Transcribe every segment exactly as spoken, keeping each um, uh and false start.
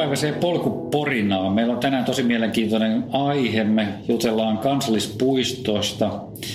Tämänpäiväiseen polkuporinaan. Meillä on tänään tosi mielenkiintoinen aihe. Me jutellaan kansallispuistosta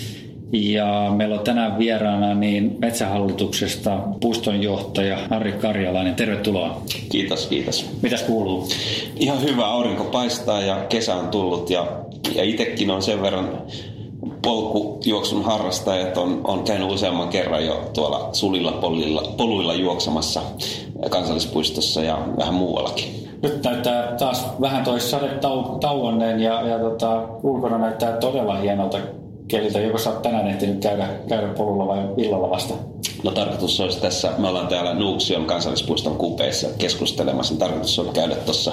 ja meillä on tänään vieraana niin Metsähallituksesta puistonjohtaja Harri Karjalainen. Tervetuloa. Kiitos, kiitos. Mitäs kuuluu? Ihan hyvä, aurinko paistaa ja kesä on tullut ja, ja itsekin on sen verran polkujuoksun harrastajat on, on käynyt useamman kerran jo tuolla sulilla poluilla, poluilla juoksamassa kansallispuistossa ja vähän muuallakin. Nyt näyttää taas vähän toi sade tau, tauonneen ja, ja tota, ulkona näyttää todella hienolta keliltä. Joko sä oot tänään ehtinyt käydä, käydä polulla vai illalla vasta? No tarkoitus olisi tässä, me ollaan täällä Nuuksion kansallispuiston kupeissa keskustelemassa, niin tarkoitus on käydä tuossa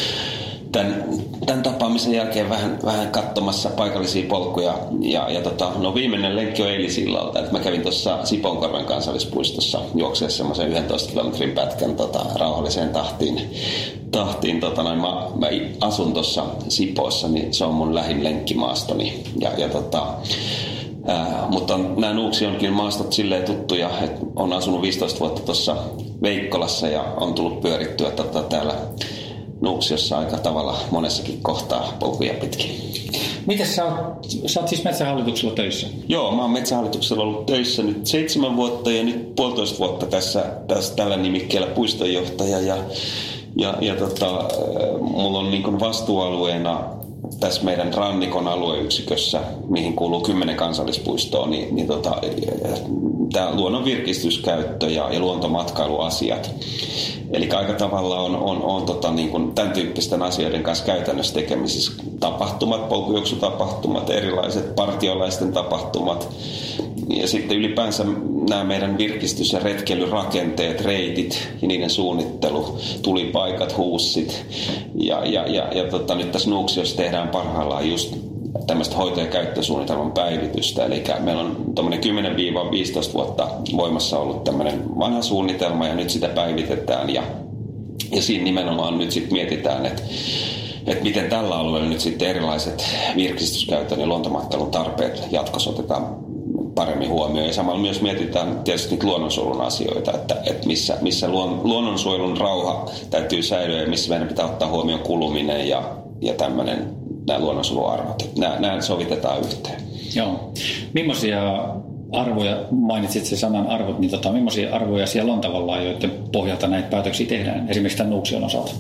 Tämän, tämän tapaamisen jälkeen vähän, vähän katsomassa paikallisia polkuja. Ja, ja tota, no viimeinen lenkki on eilisillalta. Että mä kävin tuossa Sipoonkorven kansallispuistossa juokseessa semmoisen yhdentoista kilometrin pätkän tota, rauhalliseen tahtiin. tahtiin tota, noin, mä, mä asun tuossa Sipoossa, niin se on mun lähin lenkkimaastoni. Ja, ja tota, ää, mutta on, nämä Nuuksionkin maastot silleen tuttuja, että on asunut viisitoista vuotta tuossa Veikkolassa ja on tullut pyörittyä tota, täällä Nuuksiossa aika tavalla monessakin kohtaa polkuja pitkin. Mites sä oot, sä oot siis Metsähallituksella töissä? Joo, mä oon Metsähallituksella ollut töissä nyt seitsemän vuotta ja nyt puolitoista vuotta tässä, tässä tällä nimikkeellä puistonjohtaja. Ja, ja, ja tota, mulla on niin kuin vastuualueena tässä meidän rannikon alueyksikössä, mihin kuuluu kymmenen kansallispuistoa, niin, niin tota, tämä luonnon virkistyskäyttö ja, ja luontomatkailuasiat. Eli aika tavalla on, on, on tota, niin kuin tämän tyyppisten asioiden kanssa käytännössä tekemisissä tapahtumat, polkujuoksutapahtumat, erilaiset partiolaisten tapahtumat ja sitten ylipäänsä nämä meidän virkistys- ja retkeilyrakenteet, reitit ja niiden suunnittelu, tulipaikat, huussit ja, ja, ja, ja tota, nyt tässä Nuuksiossa tehdään parhaillaan just tämmöistä hoito- ja käyttösuunnitelman päivitystä. Eli meillä on tuommoinen kymmenen viisitoista vuotta voimassa ollut tämmöinen vanha suunnitelma ja nyt sitä päivitetään. Ja, ja siinä nimenomaan nyt sitten mietitään, että, että miten tällä alueella nyt sitten erilaiset virkistyskäytön ja luontomatkailun tarpeet jatkossa otetaan paremmin huomioon. Ja samalla myös mietitään tietysti niitä luonnonsuojelun asioita, että, että missä, missä luon, luonnonsuojelun rauha täytyy säilyä ja missä meidän pitää ottaa huomioon kuluminen ja, ja tämmöinen nämä luonnonsuojeluarvot. Nämä, nämä sovitetaan yhteen. Joo. Millaisia arvoja, mainitsit se sanan arvot, niin tota, millaisia arvoja siellä on tavallaan, joiden pohjalta näitä päätöksiä tehdään, esimerkiksi tämän Nuuksion osalta?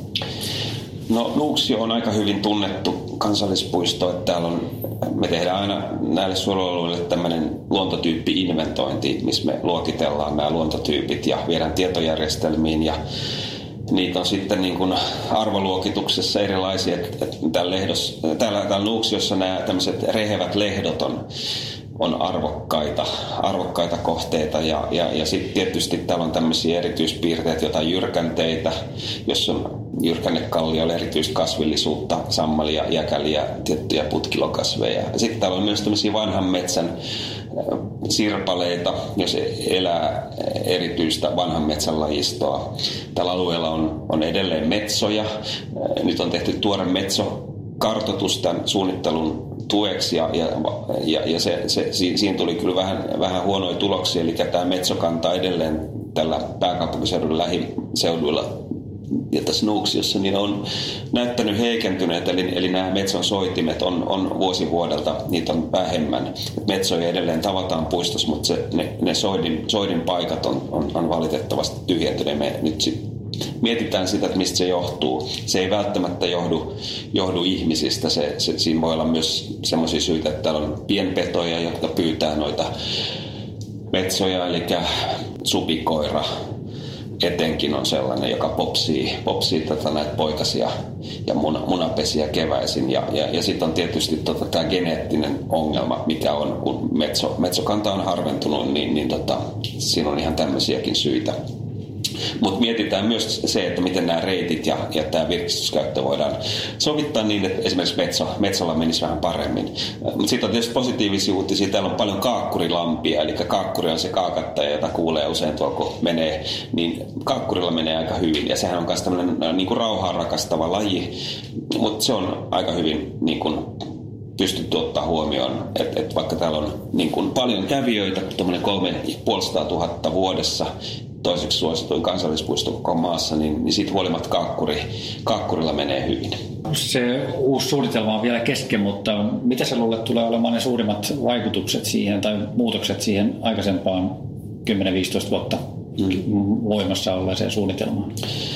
No Nuuksio on aika hyvin tunnettu kansallispuisto, että täällä on, me tehdään aina näille suojelualueille tämmöinen luontotyyppi-inventointi, missä me luokitellaan nämä luontotyypit ja viedään tietojärjestelmiin ja niitä on sitten niin kuin arvoluokituksessa erilaisia, että täällä, lehdos, täällä, täällä Nuuksiossa nämä tämmöiset rehevät lehdot on, on arvokkaita, arvokkaita kohteita ja, ja, ja sitten tietysti täällä on tämmöisiä erityispiirteitä, jotain jyrkänteitä, jos on jyrkännekallioilla erityistä kasvillisuutta, sammalia, jäkäliä, tiettyjä putkilokasveja. Sitten täällä on myös tämmöisiä vanhan metsän sirpaleita, jos elää erityistä vanhan metsän lajistoa. Tällä alueella on, on edelleen metsoja. Nyt on tehty tuore metsokartoitus tämän suunnittelun tueksi ja, ja, ja, ja se, se, siinä tuli kyllä vähän, vähän huonoja tuloksia. Eli tämä metsokanta edelleen tällä pääkaupunkiseudun lähiseuduilla ja tässä Nuuksiossa niin on näyttänyt heikentyneet, eli, eli nämä metson soitimet on, on vuosi vuodelta, niitä on vähemmän. Metsoja edelleen tavataan puistossa, mutta se, ne, ne soidin, soidin paikat on, on, on valitettavasti tyhjentyneet. Me nyt sit mietitään sitä, että mistä se johtuu. Se ei välttämättä johdu, johdu ihmisistä. Se, se, siinä voi olla myös sellaisia syitä, että täällä on pienpetoja, jotka pyytää noita metsoja, eli supikoira etenkin on sellainen, joka popsii, popsii tätä näitä poikasia ja muna, munapesiä keväisin. Ja, ja, ja sitten on tietysti tota, tämä geneettinen ongelma, mikä on, kun metso, metsokanta on harventunut, niin, niin tota, siinä on ihan tämmöisiäkin syitä. Mutta mietitään myös se, että miten nämä reitit ja, ja tämä virkistyskäyttö voidaan sovittaa niin, että esimerkiksi metso, metsolla menisi vähän paremmin. Mutta sitten on tietysti positiivisia uutisia. Täällä on paljon kaakkurilampia, eli kaakkuri on se kaakattaja, jota kuulee usein tuolla, kun menee, niin kaakkurilla menee aika hyvin. Ja sehän on myös tämmöinen niin kuin rauhaa rakastava laji, mutta se on aika hyvin niin kuin pystytty ottaa huomioon, että, että vaikka täällä on niin kuin paljon kävijöitä, tuommoinen kolme ja puolisataa tuhatta vuodessa, toiseksi suosituin kansallispuisto koko maassa, niin, niin siitä huolimatta Kaakkuri, Kaakkurilla menee hyvin. Se uusi suunnitelma on vielä kesken, mutta mitä se luulet tulee olemaan ne suurimmat vaikutukset siihen tai muutokset siihen aikaisempaan kymmenen viisitoista vuotta mm. voimassa olleeseen suunnitelmaan?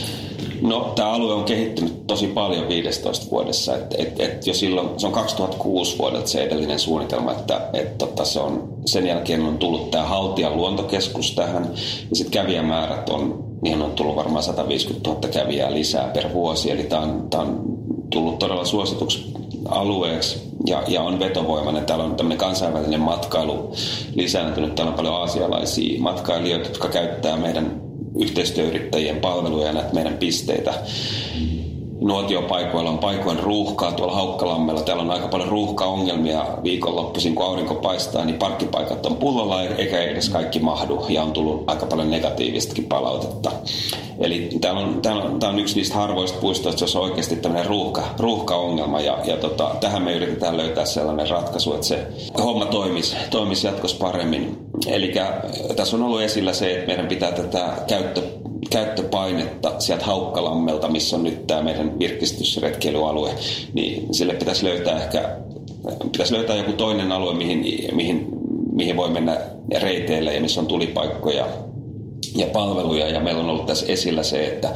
No, tämä alue on kehittynyt tosi paljon viidessätoista vuodessa. Et, et, et jo silloin, se on kaksituhattakuusi vuodelta se edellinen suunnitelma, että et, tota, se on, sen jälkeen on tullut tämä Haltian luontokeskus tähän. Ja sitten kävijämäärät on, niihin on tullut varmaan sata viisikymmentätuhatta kävijää lisää per vuosi. Eli tämä on, on tullut todella suosituksi alueeksi ja, ja on vetovoimainen. Täällä on tämmöinen kansainvälinen matkailu lisääntynyt. Täällä on paljon aasialaisia matkailijoita, jotka käyttää meidän yhteistyöyrittäjien palveluja ja näitä meidän pisteitä. Nuotiopaikoilla on paikoin ruuhkaa tuolla Haukkalammella. Täällä on aika paljon ruuhkaongelmia viikonloppuisin, kun aurinko paistaa, niin parkkipaikat on pullolla eikä edes kaikki mahdu. Ja on tullut aika paljon negatiivistakin palautetta. Eli täällä on, täällä on, tää on yksi niistä harvoista puistoista, jossa on oikeasti tämmöinen ruuhka, ruuhkaongelma. Ja, ja tota, tähän me yritetään löytää sellainen ratkaisu, että se homma toimisi, toimisi jatkossa paremmin. Eli tässä on ollut esillä se, että meidän pitää tätä käyttö, käyttöpainetta sieltä Haukkalammelta, missä on nyt tämä meidän virkistysretkeilyalue, niin sille pitäisi löytää ehkä pitäisi löytää joku toinen alue, mihin, mihin, mihin voi mennä reiteille ja missä on tulipaikkoja ja palveluja. Ja meillä on ollut tässä esillä se, että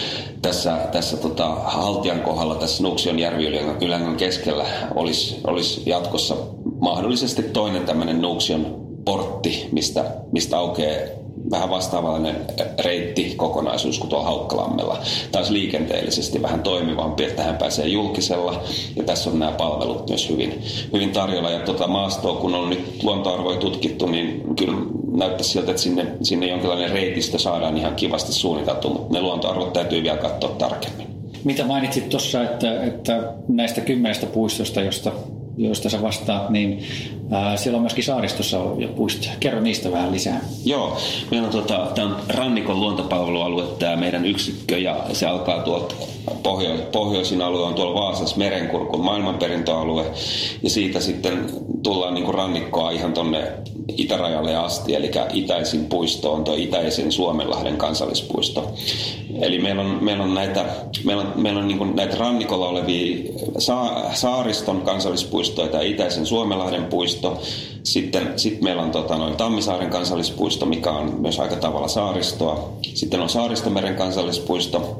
tässä, tässä tota, Haltian kohdalla, tässä Nuuksion järviylän keskellä olisi, olisi jatkossa mahdollisesti toinen tämmöinen Nuuksion portti, mistä, mistä aukeaa vähän vastaavallinen reittikokonaisuus kuin tuolla Haukkalammella. Taas liikenteellisesti vähän toimivampi, että tähän pääsee julkisella. Ja tässä on nämä palvelut myös hyvin, hyvin tarjolla. Ja tuota maastoa, kun on nyt luontoarvoja tutkittu, niin kyllä näyttäisi siltä, että sinne, sinne jonkinlainen reitistö saadaan ihan kivasti suunniteltu. Mutta ne luontoarvot täytyy vielä katsoa tarkemmin. Mitä mainitsit tuossa, että, että näistä kymmenestä puistosta, josta joista sä vastaat, niin ää, siellä on myöskin saaristossa jo puistoja. Kerro niistä vähän lisää. Joo, meillä on tota, tämä on Rannikon luontopalvelualue, tämä meidän yksikkö, ja se alkaa tuolta pohjo- pohjoisin alue on tuolla Vaasassa Merenkurkun maailmanperintöalue, ja siitä sitten tullaan niin kuin rannikkoa ihan tonne itärajalle asti, eli itäisin puisto on tuo itäisen Suomenlahden kansallispuisto. Eli meillä on, meillä on näitä, meillä on, meillä on niin kuin näitä rannikolla olevia sa- saariston kansallispuistoja, tämä itäisen Suomenlahden puisto. Sitten sit meillä on tota, noin Tammisaaren kansallispuisto, mikä on myös aika tavalla saaristoa. Sitten on Saaristomeren kansallispuisto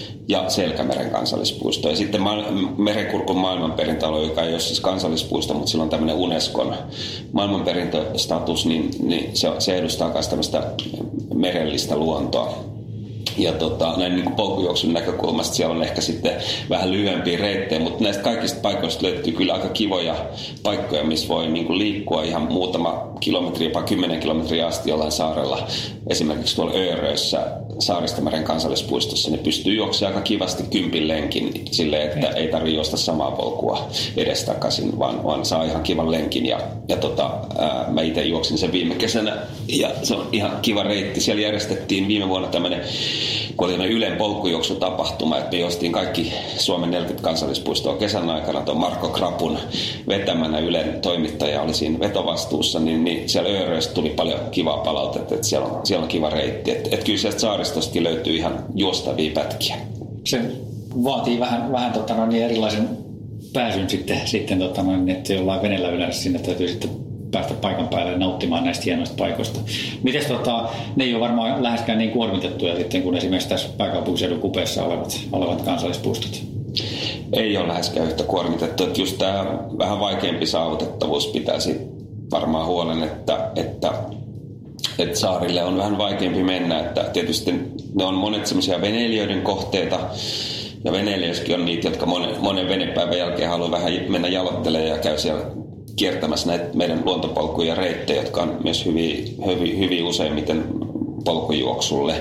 ja Selkämeren kansallispuisto. Ja sitten ma- Merenkurkun maailmanperintöalue, joka ei ole siis kansallispuisto, mutta sillä on tämmöinen Unescon maailmanperintöstatus, niin, niin se, se edustaa myös tämmöistä merellistä luontoa. Ja tota, näin niin kuin polkujuoksun näkökulmasta siellä on ehkä sitten vähän lyhyempiä reittejä, mutta näistä kaikista paikoista löytyy kyllä aika kivoja paikkoja, missä voi niin kuin liikkua ihan muutama kilometri, jopa kymmenen kilometriä asti jollain saarella. Esimerkiksi tuolla Öörössä Saaristomeren kansallispuistossa niin pystyy juoksemaan aika kivasti kympin lenkin silleen, että ei tarvitse juosta samaa polkua edestakaisin, vaan, vaan saa ihan kivan lenkin. Ja, ja tota, ää, mä itse juoksin sen viime kesänä ja se on ihan kiva reitti. Siellä järjestettiin viime vuonna tämmöinen, kun oli tämmöinen Ylen polkujuoksutapahtuma, että me juostiin kaikki Suomen neljäkymmentä kansallispuistoa kesän aikana. Tuon Marko Krapun vetämänä Ylen toimittaja oli siinä vetovastuussa, niin, niin siellä Ööröistä tuli paljon kivaa palautetta, että siellä on, siellä on kiva reitti. Että et kyllä sieltä saaristostakin löytyy ihan juostavia pätkiä. Se vaatii vähän, vähän tota noin, niin erilaisen pääsyn sitten, sitten tota noin, että jollain veneellä yleensä sinne täytyy sitten päästä paikan päälle nauttimaan näistä hienoista paikoista. Mites tota, ne ei ole varmaan läheskään niin kuormitettuja sitten kuin esimerkiksi tässä pääkaupunkiseudun kupeessa olevat, olevat kansallispuistot? Ei ole läheskään yhtä kuormitettu. Että just tämä vähän vaikeampi saavutettavuus pitäisi varmaan huolen, että, että, että saarille on vähän vaikeampi mennä. Että tietysti ne on monet semmoisia veneilijöiden kohteita, ja veneilijöissäkin on niitä, jotka monen, monen venepäivän jälkeen haluaa vähän mennä jaloittelemaan ja käy siellä kiertämässä näitä meidän luontopolkuja ja reittejä, jotka on myös hyvin, hyvin, hyvin useimmiten polkujuoksulle.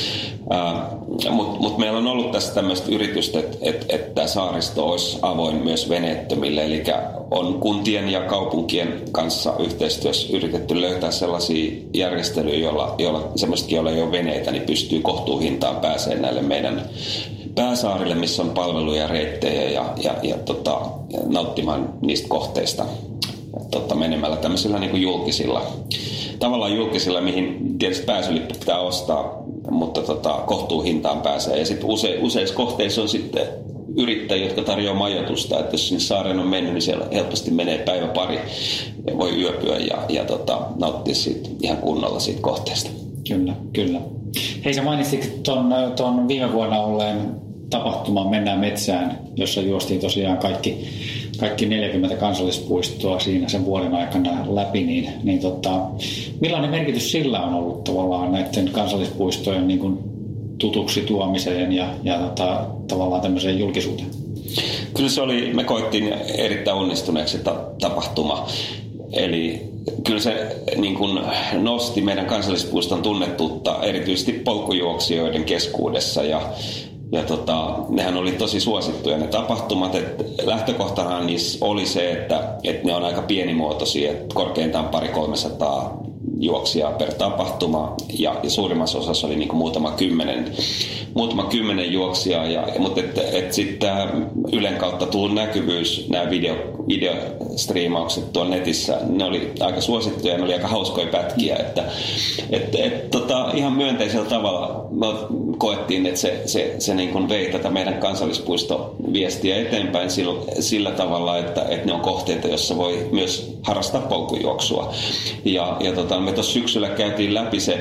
Uh, Mutta mut meillä on ollut tässä tämmöistä yritystä, että et, et tämä saaristo olisi avoin myös veneettömille. Eli on kuntien ja kaupunkien kanssa yhteistyössä yritetty löytää sellaisia järjestelyjä, joilla, joilla semmoisetkin, joilla ei ole veneitä, niin pystyy kohtuuhintaan pääsemään näille meidän pääsaarille, missä on palveluja ja reittejä ja, ja, ja tota, nauttimaan niistä kohteista tota, menemällä tämmöisillä niin kuin julkisilla tavallaan julkisilla, mihin tietysti pääsylippu pitää ostaa, mutta tota, kohtuuhintaan pääsee. Ja sitten use, useissa kohteissa on sitten yrittäjiä, jotka tarjoaa majoitusta, että jos sinne saareen on mennyt, niin siellä helposti menee päivä pari ja voi yöpyä ja, ja tota, nauttia siitä ihan kunnolla siitä kohteesta. Kyllä, kyllä. Hei, sä mainitsit ton, ton viime vuonna olleen tapahtuman Mennään metsään, jossa juostiin tosiaan kaikki, kaikki neljäkymmentä kansallispuistoa siinä sen vuoden aikana läpi, niin, niin tota, millainen merkitys sillä on ollut tavallaan näiden kansallispuistojen niin kuin tutuksi tuomiseen ja, ja tota, tavallaan tämmöiseen julkisuuteen? Kyllä se oli, me koettiin erittäin onnistuneeksi ta- tapahtuma. Eli kyllä se niin kuin nosti meidän kansallispuiston tunnettuutta erityisesti polkujuoksijoiden keskuudessa ja Ja tota, nehän oli tosi suosittuja ne tapahtumat. Et lähtökohtahan niissä oli se, että et ne on aika pienimuotoisia, että korkeintaan pari kolmesataa juoksijaa per tapahtuma ja, ja suurimmassa osassa oli niinku muutama kymmenen, muutama kymmenen juoksijaa. Ja, mutta et, et sitten Ylen kautta tullut näkyvyys, nämä video, videostriimaukset tuolla netissä, ne oli aika suosittuja ja ne oli aika hauskoja pätkiä. Että, et, et, tota, ihan myönteisellä tavalla me koettiin, että se, se, se niin kuin vei tätä meidän kansallispuistoviestiä eteenpäin sillä, sillä tavalla, että, että ne on kohteita, joissa voi myös harrastaa polkujuoksua. Ja, ja tota, me tuossa syksyllä käytiin läpi se,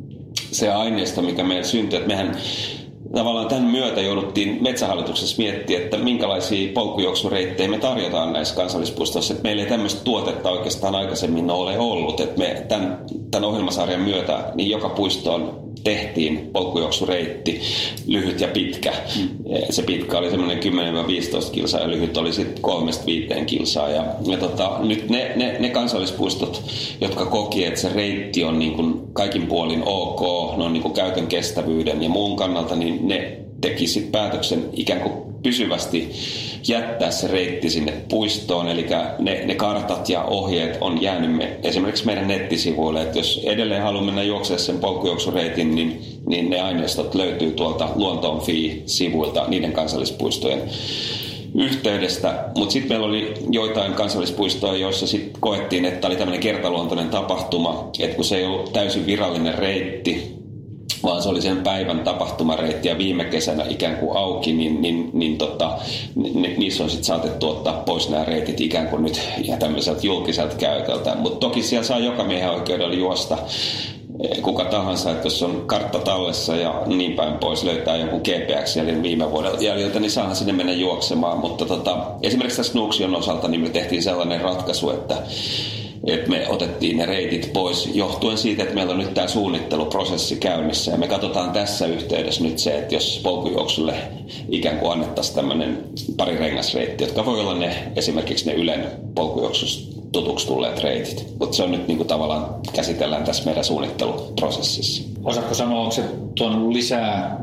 se aineisto, mikä meillä syntyi, että mehän tavallaan tämän myötä jouduttiin Metsähallituksessa miettimään, että minkälaisia polkujuoksureittejä me tarjotaan näissä kansallispuistoissa. Että meillä ei tämmöistä tuotetta oikeastaan aikaisemmin ole ollut. Että me tämän, tämän ohjelmasarjan myötä niin joka puistoon tehtiin polkujuoksureitti, lyhyt ja pitkä. Mm. Se pitkä oli semmoinen kymmenen viisitoista kilsaa ja lyhyt oli sitten kolmesta viiteen kilsaa. Ja, ja tota, nyt ne, ne, ne kansallispuistot, jotka koki, että se reitti on niin kuin kaikin puolin ok, ne on niin kuin käytön kestävyyden ja muun kannalta, niin ne teki sitten päätöksen ikään kuin pysyvästi jättää se reitti sinne puistoon. Eli ne, ne kartat ja ohjeet on jäänyt me, esimerkiksi meidän nettisivuille. Että jos edelleen haluaa mennä juoksemaan sen polkujuoksureitin, niin, niin ne aineistot löytyy tuolta Luontoon Fi-sivuilta niiden kansallispuistojen yhteydestä. Mutta sitten meillä oli joitain kansallispuistoja, joissa sitten koettiin, että oli tämmöinen kertaluontoinen tapahtuma. Että kun se ei ollut täysin virallinen reitti, vaan se oli sen päivän tapahtumareitti ja viime kesänä ikään kuin auki, niin, niin, niin tota, ni, niissä on sitten saatettu ottaa pois nämä reitit ikään kuin nyt ja tämmöiseltä julkiselta käytöltä. Mutta toki siellä saa joka miehen oikeudella juosta kuka tahansa, että jos on kartta tallessa ja niin päin pois löytää jonkun G P X eli viime vuodelta jäljiltä, niin saahan sinne mennä juoksemaan. Mutta tota, esimerkiksi tässä Nuuksion osalta niin me tehtiin sellainen ratkaisu, että että me otettiin ne reitit pois johtuen siitä, että meillä on nyt tämä suunnitteluprosessi käynnissä. Ja me katsotaan tässä yhteydessä nyt se, että jos polkujuoksulle ikään kuin annettaisiin tämmöinen pari rengasreitti, jotka voi olla ne esimerkiksi ne Ylen polkujuoksusta tutuksi tulleet reitit. Mutta se on nyt niin kuin tavallaan käsitellään tässä meidän suunnitteluprosessissa. Osaatko sanoa, onko se tuonut lisää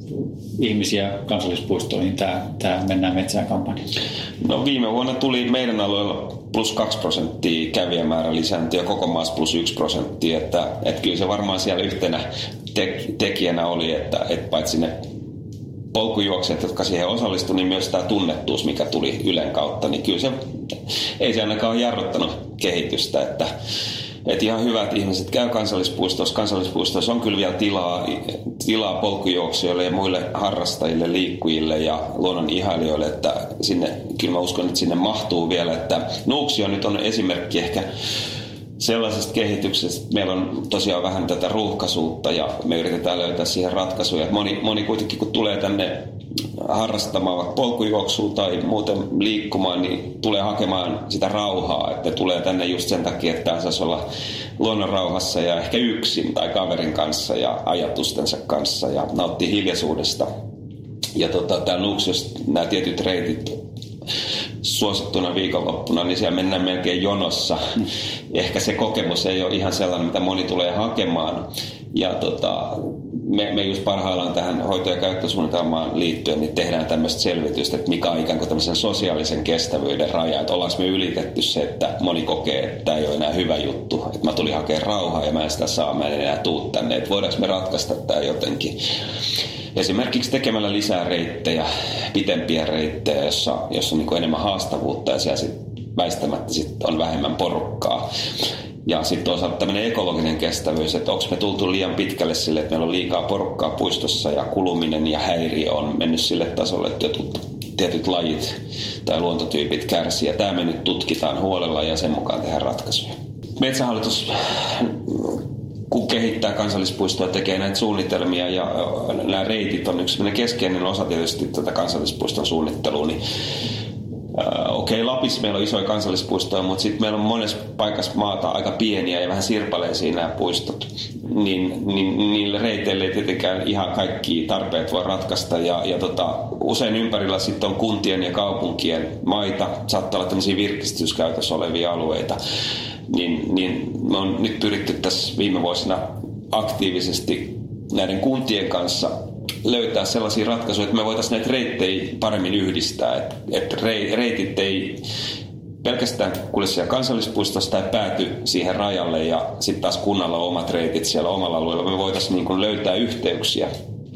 ihmisiä kansallispuistoihin tämä, tämä Mennään metsään -kampanja? No viime vuonna tuli meidän alueella plus kaksi prosenttia kävijämäärä lisääntyi ja koko maassa plus yksi prosenttia. Että, että kyllä se varmaan siellä yhtenä tek, tekijänä oli, että, että paitsi ne polkujuoksijat, jotka siihen osallistuivat, niin myös tämä tunnettuus, mikä tuli Ylen kautta, niin kyllä se ei se ainakaan ole jarruttanut kehitystä, että Että ihan hyvät ihmiset käy kansallispuistossa. Kansallispuistossa on kyllä vielä tilaa, tilaa polkujuoksijoille ja muille harrastajille, liikkujille ja luonnon ihailijoille, että sinne, kyllä mä uskon, että sinne mahtuu vielä. Että Nuuksio nyt on esimerkki ehkä sellaisesta kehityksestä. Meillä on tosiaan vähän tätä ruuhkaisuutta ja me yritetään löytää siihen ratkaisuja. Moni, moni kuitenkin, kun tulee tänne harrastamaan vaikka polkujuoksua tai muuten liikkumaan, niin tulee hakemaan sitä rauhaa. Että tulee tänne just sen takia, että pääsisi olla luonnon rauhassa ja ehkä yksin tai kaverin kanssa ja ajatustensa kanssa ja nauttii hiljaisuudesta. Ja tota, täällä Nuuksiossa nämä tietyt reitit suosittuna viikonloppuna, niin siellä mennään melkein jonossa. Ehkä se kokemus ei ole ihan sellainen, mitä moni tulee hakemaan. Ja tota, me, me just parhaillaan tähän hoito- ja käyttösuunnitelmaan liittyen niin tehdään tämmöistä selvitystä, että mikä on ikään kuin tämmöisen sosiaalisen kestävyyden raja. Että ollaanko me ylitetty se, että moni kokee, että tämä ei ole enää hyvä juttu. Että mä tulin hakemaan rauhaa ja mä en sitä saa, mä en enää tuu tänne. Että voidaanko me ratkaista tämä jotenkin. Esimerkiksi tekemällä lisää reittejä, pitempiä reittejä, jossa, jossa on niin kuin enemmän haastavuutta ja siellä sit väistämättä sit on vähemmän porukkaa. Ja sitten toisaalta tämmöinen ekologinen kestävyys, että onko me tultu liian pitkälle sille, että meillä on liikaa porukkaa puistossa ja kuluminen ja häiriö on mennyt sille tasolle, että jotkut tietyt lajit tai luontotyypit kärsii. Ja tämä me nyt tutkitaan huolella ja sen mukaan tehdään ratkaisuja. Metsähallitus, kun kehittää kansallispuistoa, tekee näitä suunnitelmia ja nämä reitit on yksi keskeinen osa tietysti tätä kansallispuiston suunnittelua, niin okei, okay, Lapissa meillä on isoja kansallispuistoja, mutta sitten meillä on monessa paikassa maata aika pieniä ja vähän sirpaleisia nämä puistot. Niin, niin niille reiteille ei tietenkään ihan kaikki tarpeet voi ratkaista. Ja, ja tota, usein ympärillä sitten on kuntien ja kaupunkien maita, saattaa olla tämmöisiä virkistyskäytössä olevia alueita. Niin, niin me on nyt pyritty tässä viime vuosina aktiivisesti näiden kuntien kanssa löytää sellaisia ratkaisuja, että me voitaisiin näitä reittejä paremmin yhdistää. Että et reitit ei pelkästään kulje siellä kansallispuistossa tai pääty siihen rajalle ja sitten taas kunnalla on omat reitit siellä omalla alueella. Me voitaisiin niin kuin löytää yhteyksiä.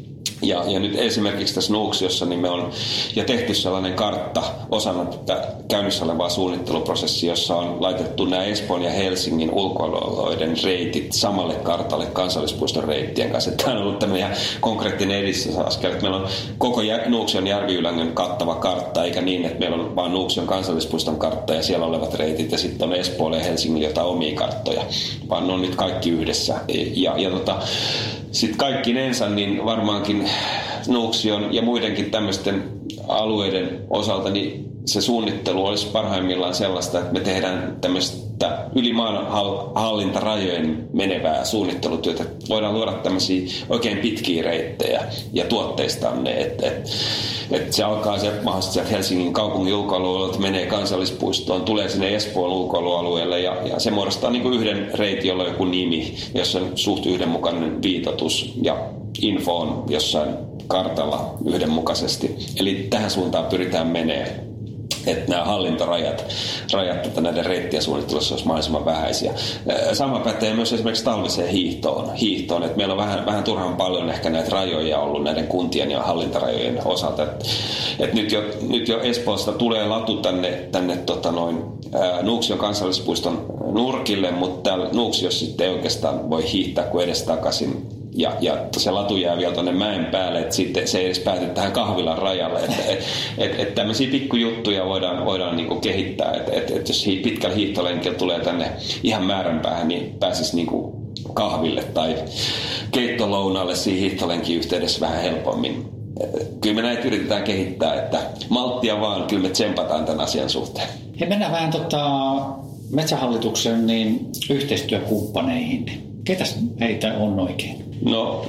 Ja, ja nyt esimerkiksi tässä Nuuksiossa niin me on jo tehty sellainen kartta osana tätä käynnissä olevaa suunnitteluprosessia, jossa on laitettu nämä Espoon ja Helsingin ulkoalueiden reitit samalle kartalle kansallispuiston reittien kanssa. Tämä on ollut tämmöinen konkreettinen edistysaskel, että meillä on koko Nuuksion Järvi-Ylängön kattava kartta, eikä niin, että meillä on vain Nuuksion kansallispuiston kartta ja siellä olevat reitit ja sitten on Espoolle ja Helsingille jotain omia karttoja, vaan ne on nyt kaikki yhdessä. Ja, ja tota, sitten kaikkinensa niin varmaankin Nuuksion ja muidenkin tämmöisten alueiden osalta niin se suunnittelu olisi parhaimmillaan sellaista, että me tehdään tämmöistä yli maan hallintarajojen menevää suunnittelutyötä. Voidaan luoda tämmöisiä oikein pitkiä reittejä ja tuotteistaa ne, että et, et se alkaa sieltä mahdollisesti sieltä Helsingin kaupungin ulkoalueelta, menee kansallispuistoon, tulee sinne Espoon ulkoalueelle ja, ja se muodostaa niin kuin yhden reitin, jolla on joku nimi, jossa on suht yhdenmukainen viitoitus ja info on jossain kartalla yhdenmukaisesti. Eli tähän suuntaan pyritään menemään, että nämä hallintorajat rajat, että näiden reittien suunnittelussa olisi mahdollisimman vähäisiä. Sama pätee myös esimerkiksi talviseen hiihtoon. hiihtoon että meillä on vähän, vähän turhan paljon ehkä näitä rajoja ollut näiden kuntien ja hallintorajojen osalta. Et, et nyt, jo, nyt jo Espoosta tulee latu tänne, tänne tota noin, ää, Nuuksion kansallispuiston nurkille, mutta täällä Nuuksiossa sitten ei oikeastaan voi hiihtää kuin edestakaisin. Ja, ja se latu jää vielä tuonne mäen päälle, että sitten se ei edes pääty tähän kahvilan rajalle. Että et, et, et tämmöisiä pikkujuttuja voidaan, voidaan niinku kehittää. Että et, et jos pitkällä hiihtolenkillä tulee tänne ihan määränpäähän, niin pääsisi niinku kahville tai keittolounalle siinä hiihtolenkin yhteydessä vähän helpommin. Et, kyllä me näitä yritetään kehittää, että malttia vaan, kyllä me tsempataan tämän asian suhteen. He mennään vähän tota, Metsähallituksen niin, yhteistyökumppaneihin. Ketäs heitä on oikein? No,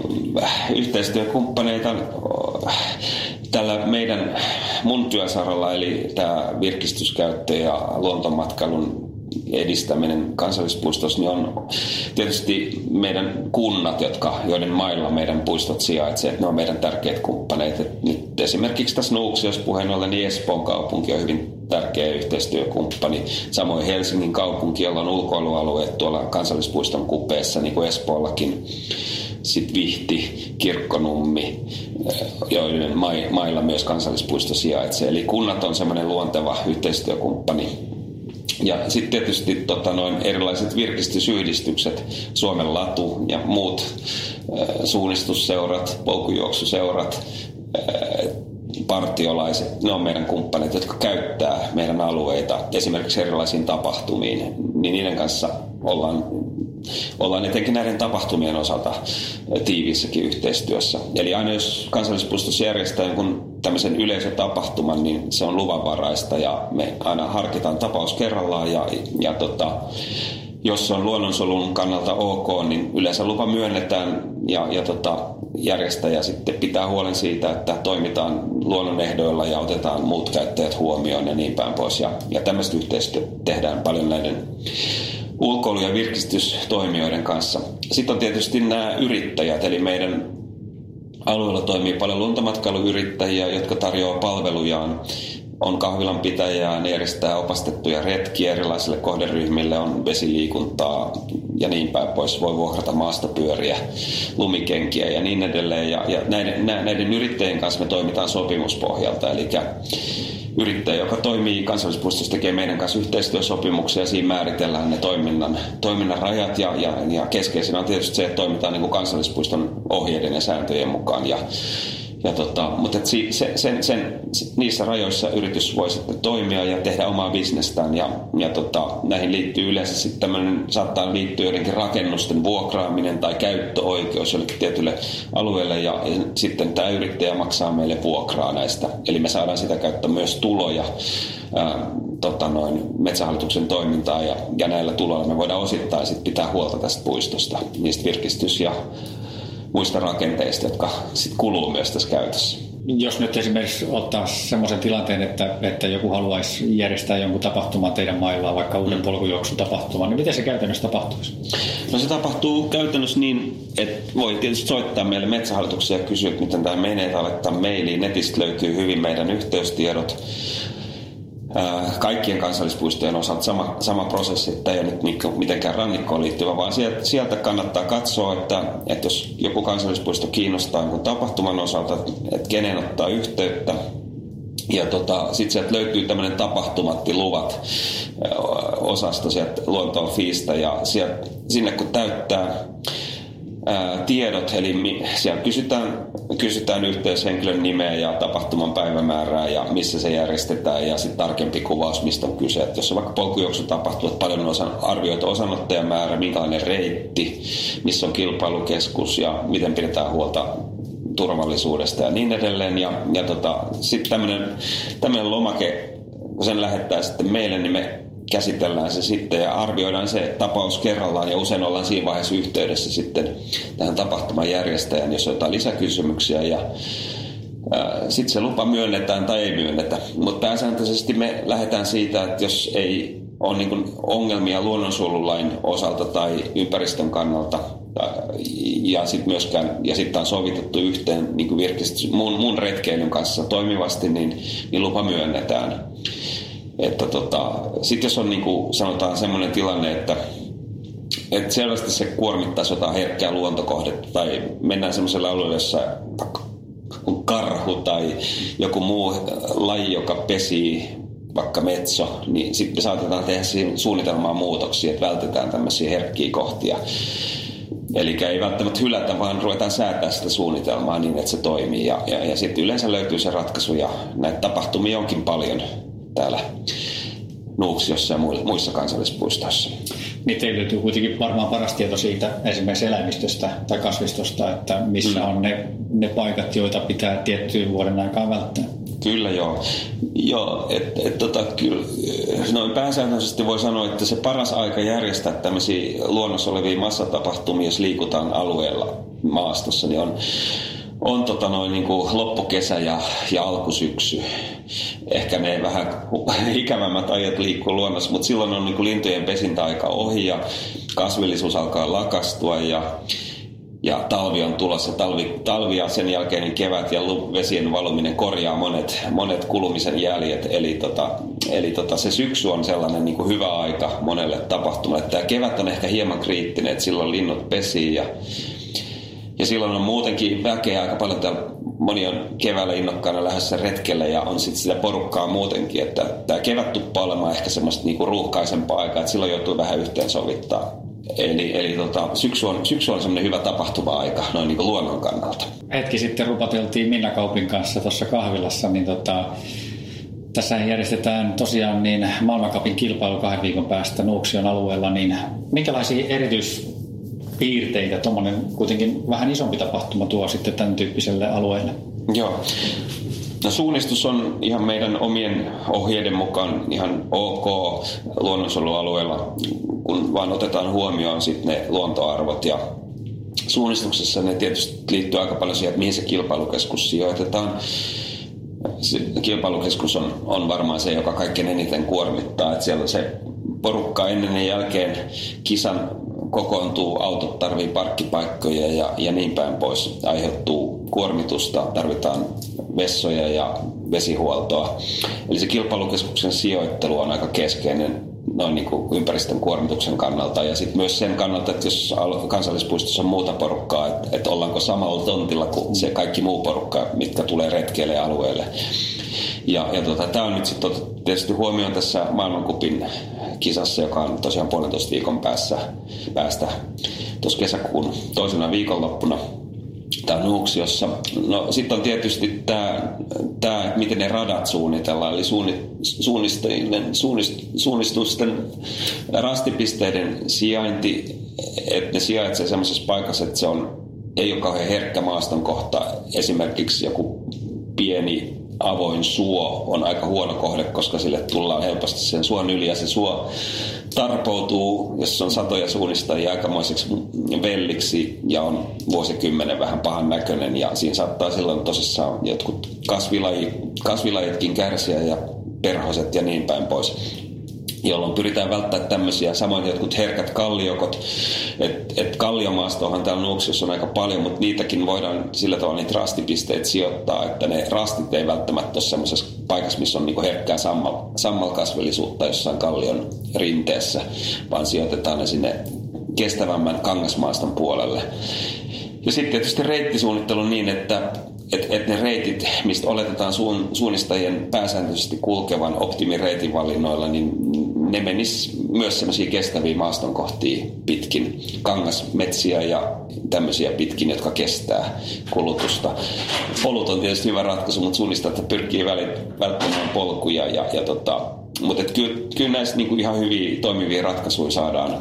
yhteistyökumppaneita tällä meidän mun työsaralla, eli tämä virkistyskäyttö ja luontomatkailun edistäminen kansallispuistossa, niin on tietysti meidän kunnat, jotka, joiden mailla meidän puistot sijaitsee, että ne on meidän tärkeät kumppaneet. Et nyt esimerkiksi tässä Nuuksiossa puheen ollen, niin Espoon kaupunki on hyvin tärkeä yhteistyökumppani. Samoin Helsingin kaupunki, jolla on ulkoilualueet tuolla kansallispuiston kupeessa, niin kuin Espoollakin. Sitten Vihti, Kirkkonummi, joiden mailla myös kansallispuisto sijaitsee. Eli kunnat on semmoinen luonteva yhteistyökumppani. Ja sitten tietysti tota, noin erilaiset virkistysyhdistykset, Suomen Latu ja muut äh, suunnistusseurat, polkujuoksuseurat, äh, partiolaiset, ne on meidän kumppanit, jotka käyttää meidän alueita esimerkiksi erilaisiin tapahtumiin, niin niiden kanssa ollaan, ollaan etenkin näiden tapahtumien osalta tiiviissäkin yhteistyössä. Eli aina jos kansallispuistossa järjestää jonkun tämmöisen yleisötapahtuman, niin se on luvanvaraista ja me aina harkitaan tapaus kerrallaan ja, ja tota, jos on luonnonsuojelun kannalta ok, niin yleensä lupa myönnetään ja, ja tota, järjestäjä sitten pitää huolen siitä, että toimitaan luonnonehdoilla ja otetaan muut käyttäjät huomioon ja niin päin pois. Ja, ja tämmöistä yhteistyötä tehdään paljon näiden ulkoilu- ja virkistystoimijoiden kanssa. Sitten on tietysti nämä yrittäjät, eli meidän alueella toimii paljon luontomatkailuyrittäjiä, jotka tarjoaa palvelujaan. On kahvilanpitäjää, ne järjestää opastettuja retkiä erilaisille kohderyhmille, on vesiliikuntaa ja niin päin pois. Voi vuokrata maastopyöriä, lumikenkiä ja niin edelleen. Ja, ja näiden, näiden yrittäjien kanssa me toimitaan sopimuspohjalta. Eli yrittäjä, joka toimii kansallispuistossa, tekee meidän kanssa yhteistyösopimuksia ja siinä määritellään ne toiminnan, toiminnan rajat ja, ja, ja keskeisenä on tietysti se, että toimitaan niin kuin kansallispuiston ohjeiden ja sääntöjen mukaan. Ja, ja tota, mutta si, se, sen, sen, niissä rajoissa yritys voi sitten toimia ja tehdä omaa bisnestään ja, ja tota, näihin liittyy yleensä sitten tämmöinen, saattaa liittyä jotenkin rakennusten vuokraaminen tai käyttöoikeus jollekin tietylle alueelle ja, ja sitten tämä yrittäjä maksaa meille vuokraa näistä. Eli me saadaan sitä käyttää myös tuloja ää, tota noin, Metsähallituksen toimintaa ja, ja näillä tuloilla me voidaan osittain sit pitää huolta tästä puistosta, niistä virkistys- ja muista rakenteista, jotka sit kuluu myös tässä käytössä. Jos nyt esimerkiksi ottaa semmoisen tilanteen, että, että joku haluaisi järjestää jonkun tapahtuman teidän maillaan, vaikka uuden polkujuoksun tapahtuman, niin miten se käytännössä tapahtuisi? No se tapahtuu käytännössä niin, että voi tietysti soittaa meille Metsähallitukseen ja kysyä, että miten tämä menee, tai laittaa mailiin. Netistä löytyy hyvin meidän yhteystiedot. Kaikkien kansallispuistojen osalta sama, sama prosessi, että ei ole nyt mitenkään rannikkoon liittyvä, vaan sieltä, sieltä kannattaa katsoa, että, että jos joku kansallispuisto kiinnostaa niin tapahtuman osalta, että kenen ottaa yhteyttä. Ja tota, sitten sieltä löytyy tämmöinen tapahtumattiluvat osasto sieltä Luontoon Fiista ja sieltä, sinne kun täyttää ää, tiedot, eli siellä kysytään, kysytään yhteyshenkilön nimeä ja tapahtuman päivämäärää ja missä se järjestetään ja sitten tarkempi kuvaus, mistä on kyse. Et jos on vaikka polkujuoksu tapahtuu, että paljon on osan, arvioitu osanottajamäärä, minkälainen reitti, missä on kilpailukeskus ja miten pidetään huolta turvallisuudesta ja niin edelleen. Ja, ja tota, sitten tämmöinen lomake, kun sen lähettää sitten meille, niin me käsitellään se sitten ja arvioidaan se tapaus kerrallaan ja usein ollaan siinä vaiheessa yhteydessä sitten tähän tapahtuman järjestäjään, jos on jotain lisäkysymyksiä ja sitten se lupa myönnetään tai ei myönnetä. Mutta pääsääntöisesti me lähdetään siitä, että jos ei ole niin kuin ongelmia luonnonsuojelulain osalta tai ympäristön kannalta ja sitten myöskään ja sitten on sovitettu yhteen niin kuin virkistys, muun, muun retkeilyn kanssa toimivasti, niin, niin lupa myönnetään. Että tota, sitten jos on niin kuin sanotaan semmoinen tilanne, että, että selvästi se kuormittaisi jotain herkkää luontokohdetta tai mennään semmoiselle alueelle, jossa on karhu tai joku muu laji, joka pesii, vaikka metso, niin sitten saatetaan tehdä siihen suunnitelmaan muutoksia, että vältetään tämmöisiä herkkiä kohtia. Eli ei välttämättä hylätä, vaan ruvetaan säätää sitä suunnitelmaa niin, että se toimii. Ja, ja, ja sitten yleensä löytyy se ratkaisu ja näitä tapahtumia onkin paljon täällä Nuuksiossa ja muissa kansallispuistoissa. Niin teillä löytyy kuitenkin varmaan paras tieto siitä esimerkiksi eläimistöstä tai kasvistosta, että missä mm. on ne, ne paikat, joita pitää tiettyyn vuoden aikaan välttää. Kyllä joo. Joo, et, et, tota, kyllä, noin pääsääntöisesti voi sanoa, että se paras aika järjestää tämmöisiä luonnossa olevia massatapahtumia, jos liikutaan alueella maastossa, niin on On tota noin niin kuin loppukesä ja, ja alkusyksy. Ehkä ne vähän ikävämmät ajat liikkuu luonnossa, mutta silloin on niin kuin lintujen pesintäaika ohi ja kasvillisuus alkaa lakastua ja, ja talvi on tulossa. Talvi, talvi ja sen jälkeen niin kevät ja vesien valuminen korjaa monet, monet kulumisen jäljet. Eli, tota, eli tota, se syksy on sellainen niin kuin hyvä aika monelle tapahtumalle. Tämä kevät on ehkä hieman kriittinen, että silloin linnut pesii ja Ja silloin on muutenkin väkeä aika paljon. Täällä moni on keväällä innokkaana lähdössä retkelle ja on sitten sitä porukkaa muutenkin. Että tämä kevät tuppaa olemaan ehkä semmoista niinku ruuhkaisempaa aikaa, että silloin joutuu vähän yhteensovittaa. Eli, eli tota, syksy on, syksy on semmoinen hyvä tapahtuma-aika noin niinku luonnon kannalta. Hetki sitten rupateltiin Minna Kaupin kanssa tuossa kahvilassa, niin tota, tässä järjestetään tosiaan niin maailmancupin kilpailu kahden viikon päästä Nuuksion alueella. Niin minkälaisia erityis piirteitä tuommoinen kuitenkin vähän isompi tapahtuma tuo sitten tämän tyyppiselle alueelle? Joo. No suunnistus on ihan meidän omien ohjeiden mukaan ihan ok luonnonsuojelualueella, kun vaan otetaan huomioon sitten ne luontoarvot. Ja suunnistuksessa ne tietysti liittyy aika paljon siihen, että mihin se kilpailukeskus sijoitetaan. Se kilpailukeskus on, on varmaan se, joka kaikkein eniten kuormittaa. Että siellä se porukka ennen ja jälkeen kisan kokoontuu, autot tarvii parkkipaikkoja ja, ja niin päin pois. Aiheutuu kuormitusta, tarvitaan vessoja ja vesihuoltoa. Eli se kilpailukeskuksen sijoittelu on aika keskeinen noin niin kuin ympäristön kuormituksen kannalta ja sitten myös sen kannalta, että jos kansallispuistossa on muuta porukkaa, että, että ollaanko samalla tontilla kuin se kaikki muu porukka, mitkä tulee retkeille alueelle. Ja, ja tota, tämä on nyt sitten tietysti huomioon tässä maailmankupin kisassa, joka on tosiaan puolentoista viikon päässä, päästä tuossa kesäkuun toisena viikonloppuna. Tämä Nuuksiossa. No sitten on tietysti tämä, tämä, että miten ne radat suunnitellaan, eli suunnistusten rastipisteiden sijainti, että ne sijaitsee sellaisessa paikassa, että se on, ei ole kauhean herkkä maaston kohta. Esimerkiksi joku pieni avoin suo on aika huono kohde, koska sille tullaan helposti sen suon yli ja se suo tarpoutuu, jos on satoja suunnistajia, aikamoiseksi velliksi ja on vuosikymmenen vähän pahan näköinen ja siinä saattaa silloin tosissaan jotkut kasvilajit, kasvilajitkin kärsiä ja perhoset ja niin päin pois, jolloin pyritään välttämään tämmöisiä, samoin jotkut herkät kalliokot, että et kalliomaastoahan täällä Nuuksiossa on aika paljon, mutta niitäkin voidaan sillä tavalla niitä rastipisteitä sijoittaa, että ne rastit ei välttämättä ole semmoisessa paikassa, missä on niinku herkkää sammal, sammalkasvillisuutta jossain kallion rinteessä, vaan sijoitetaan ne sinne kestävämmän kangasmaaston puolelle. Ja sitten tietysti reittisuunnittelu niin, että et, et ne reitit, mistä oletetaan suun, suunnistajien pääsääntöisesti kulkevan optimireitin valinnoilla, niin ne menis myös semmoisia kestäviä maastonkohtia pitkin, kangasmetsiä ja tämmöisiä pitkin, jotka kestää kulutusta. Polut on tietysti hyvä ratkaisu, mutta suunnistajat pyrkii välttämään polkuja. Ja, ja tota, mutta kyllä, kyllä näistä niinku ihan hyviä toimivia ratkaisuja saadaan.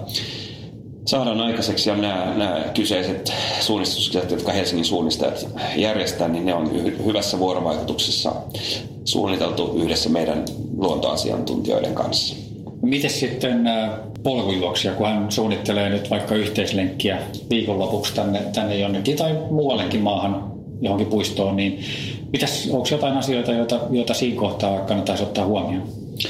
Saadaan aikaiseksi ja nämä, nämä kyseiset suunnistukset, jotka Helsingin suunnistajat järjestää, niin ne on hy- hyvässä vuorovaikutuksessa suunniteltu yhdessä meidän luontoasiantuntijoiden kanssa. Miten sitten polkujuoksija, kun hän suunnittelee nyt vaikka yhteislenkkiä viikonlopuksi tänne, tänne jonnekin tai muuallekin maahan johonkin puistoon, niin mitäs, onko jotain asioita, joita, joita siinä kohtaa kannattaisi ottaa huomioon?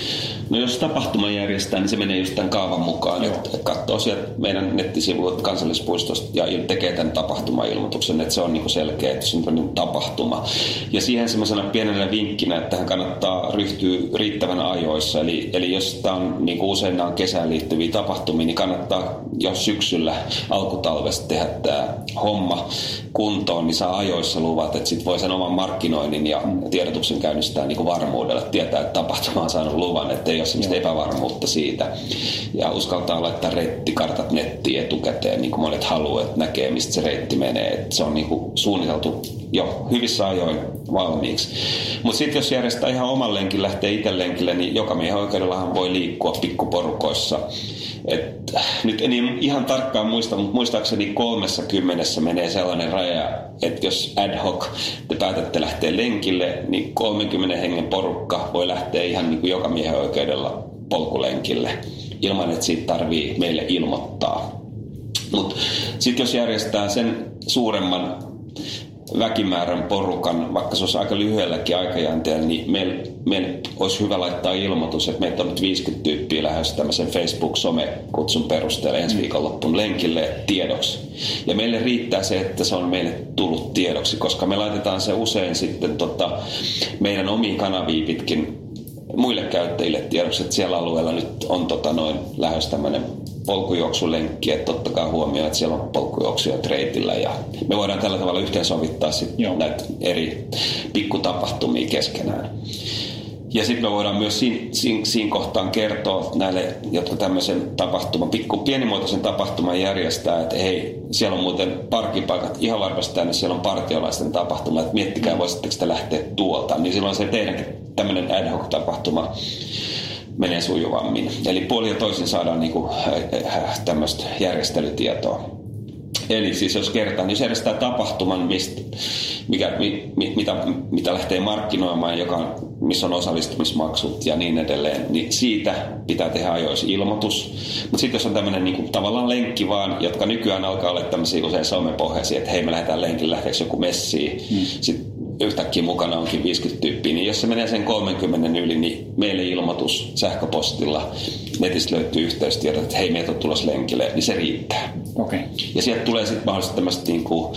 No jos tapahtuma järjestää, niin se menee just tämän kaavan mukaan. Että katsoo sieltä meidän nettisivuilta kansallispuistosta ja tekee tämän tapahtumailmoituksen, että se on niinku selkeä, että se on tämmöinen tapahtuma. Ja siihen semmoisena pienellä vinkkinä, että tähän kannattaa ryhtyä riittävän ajoissa. Eli, eli jos tämä on niinku usein nämä on kesään liittyviä tapahtumia, niin kannattaa jo syksyllä alkutalvesta tehdä tämä homma kuntoon, niin saa ajoissa luvat, että sitten voi sen oman markkinoinnin ja tiedotuksen käynnistää niinku varmuudella, että tietää, että tapahtuma on saanut luvan, että ei ole sellaista epävarmuutta siitä. Ja uskaltaa laittaa reittikartat nettiin etukäteen, niin kuin monet haluaa, että näkee, mistä se reitti menee. Että se on niin kuin suunniteltu jo hyvissä ajoin valmiiksi. Mutta sitten jos järjestää ihan oman lenkin, lähtee itse lenkille, niin joka miehen oikeudellahan voi liikkua pikkuporukoissa. Et, nyt en ihan tarkkaan muista, mutta muistaakseni kolmessa kymmenessä menee sellainen raja, että jos ad hoc te päätätte lähteä lenkille, niin kolmenkymmenen hengen porukka voi lähteä ihan niin kuin joka miehen oikeudella polkulenkille, ilman että siitä tarvii meille ilmoittaa. Mutta sitten jos järjestää sen suuremman väkimäärän porukan, vaikka se olisi aika lyhyelläkin aikajänteellä, niin meillä meil olisi hyvä laittaa ilmoitus, että meitä on nyt viisikymmentä tyyppiä lähes tämmöisen Facebook-some-kutsun perusteella ensi viikonloppuun lenkille tiedoksi. Ja meille riittää se, että se on meille tullut tiedoksi, koska me laitetaan se usein sitten tota, meidän omiin kanaviin pitkin muille käyttäjille tiedoksi, että siellä alueella nyt on tota, noin lähes tämmöinen polkujuoksulenkki, että ottakaa huomioon, että siellä on polkujuoksuja reitillä ja me voidaan tällä tavalla yhteensovittaa sit näitä eri pikkutapahtumia keskenään. Ja sitten me voidaan myös siinä, siinä, siinä kohtaan kertoa näille, jotka tämmöisen tapahtuman, pikku pienimuotoisen tapahtuman järjestää, että hei, siellä on muuten parkkipaikat ihan varmasti tänne, siellä on partiolaisten tapahtuma, että miettikää, voisitteko te lähteä tuolta, niin silloin se teidänkin tämmöinen ad hoc tapahtuma menee sujuvammin. Eli puoli ja toisin saadaan niinku, äh, tämmöistä järjestelytietoa. Eli siis jos kertaan, jos järjestää tapahtuman, mistä, mikä, mi, mitä, mitä lähtee markkinoimaan, joka on, missä on osallistumismaksut ja niin edelleen, niin siitä pitää tehdä ajoissa ilmoitus. Mutta sitten jos on tämmöinen niinku, tavallaan lenkki vaan, jotka nykyään alkaa olla tämmöisiä usein somepohjaisia, että hei me lähdetään lenkille, lähteekö joku messiin, hmm. sitten yhtäkkiä mukana onkin viisikymmentä tyyppiä, niin jos se menee sen kolmenkymmenen yli, niin meille ilmoitus sähköpostilla, netistä löytyy yhteystiedot, että hei, meitä on tulossa lenkille, niin se riittää. Okay. Ja sieltä tulee sitten mahdollisesti tämmöistä niinku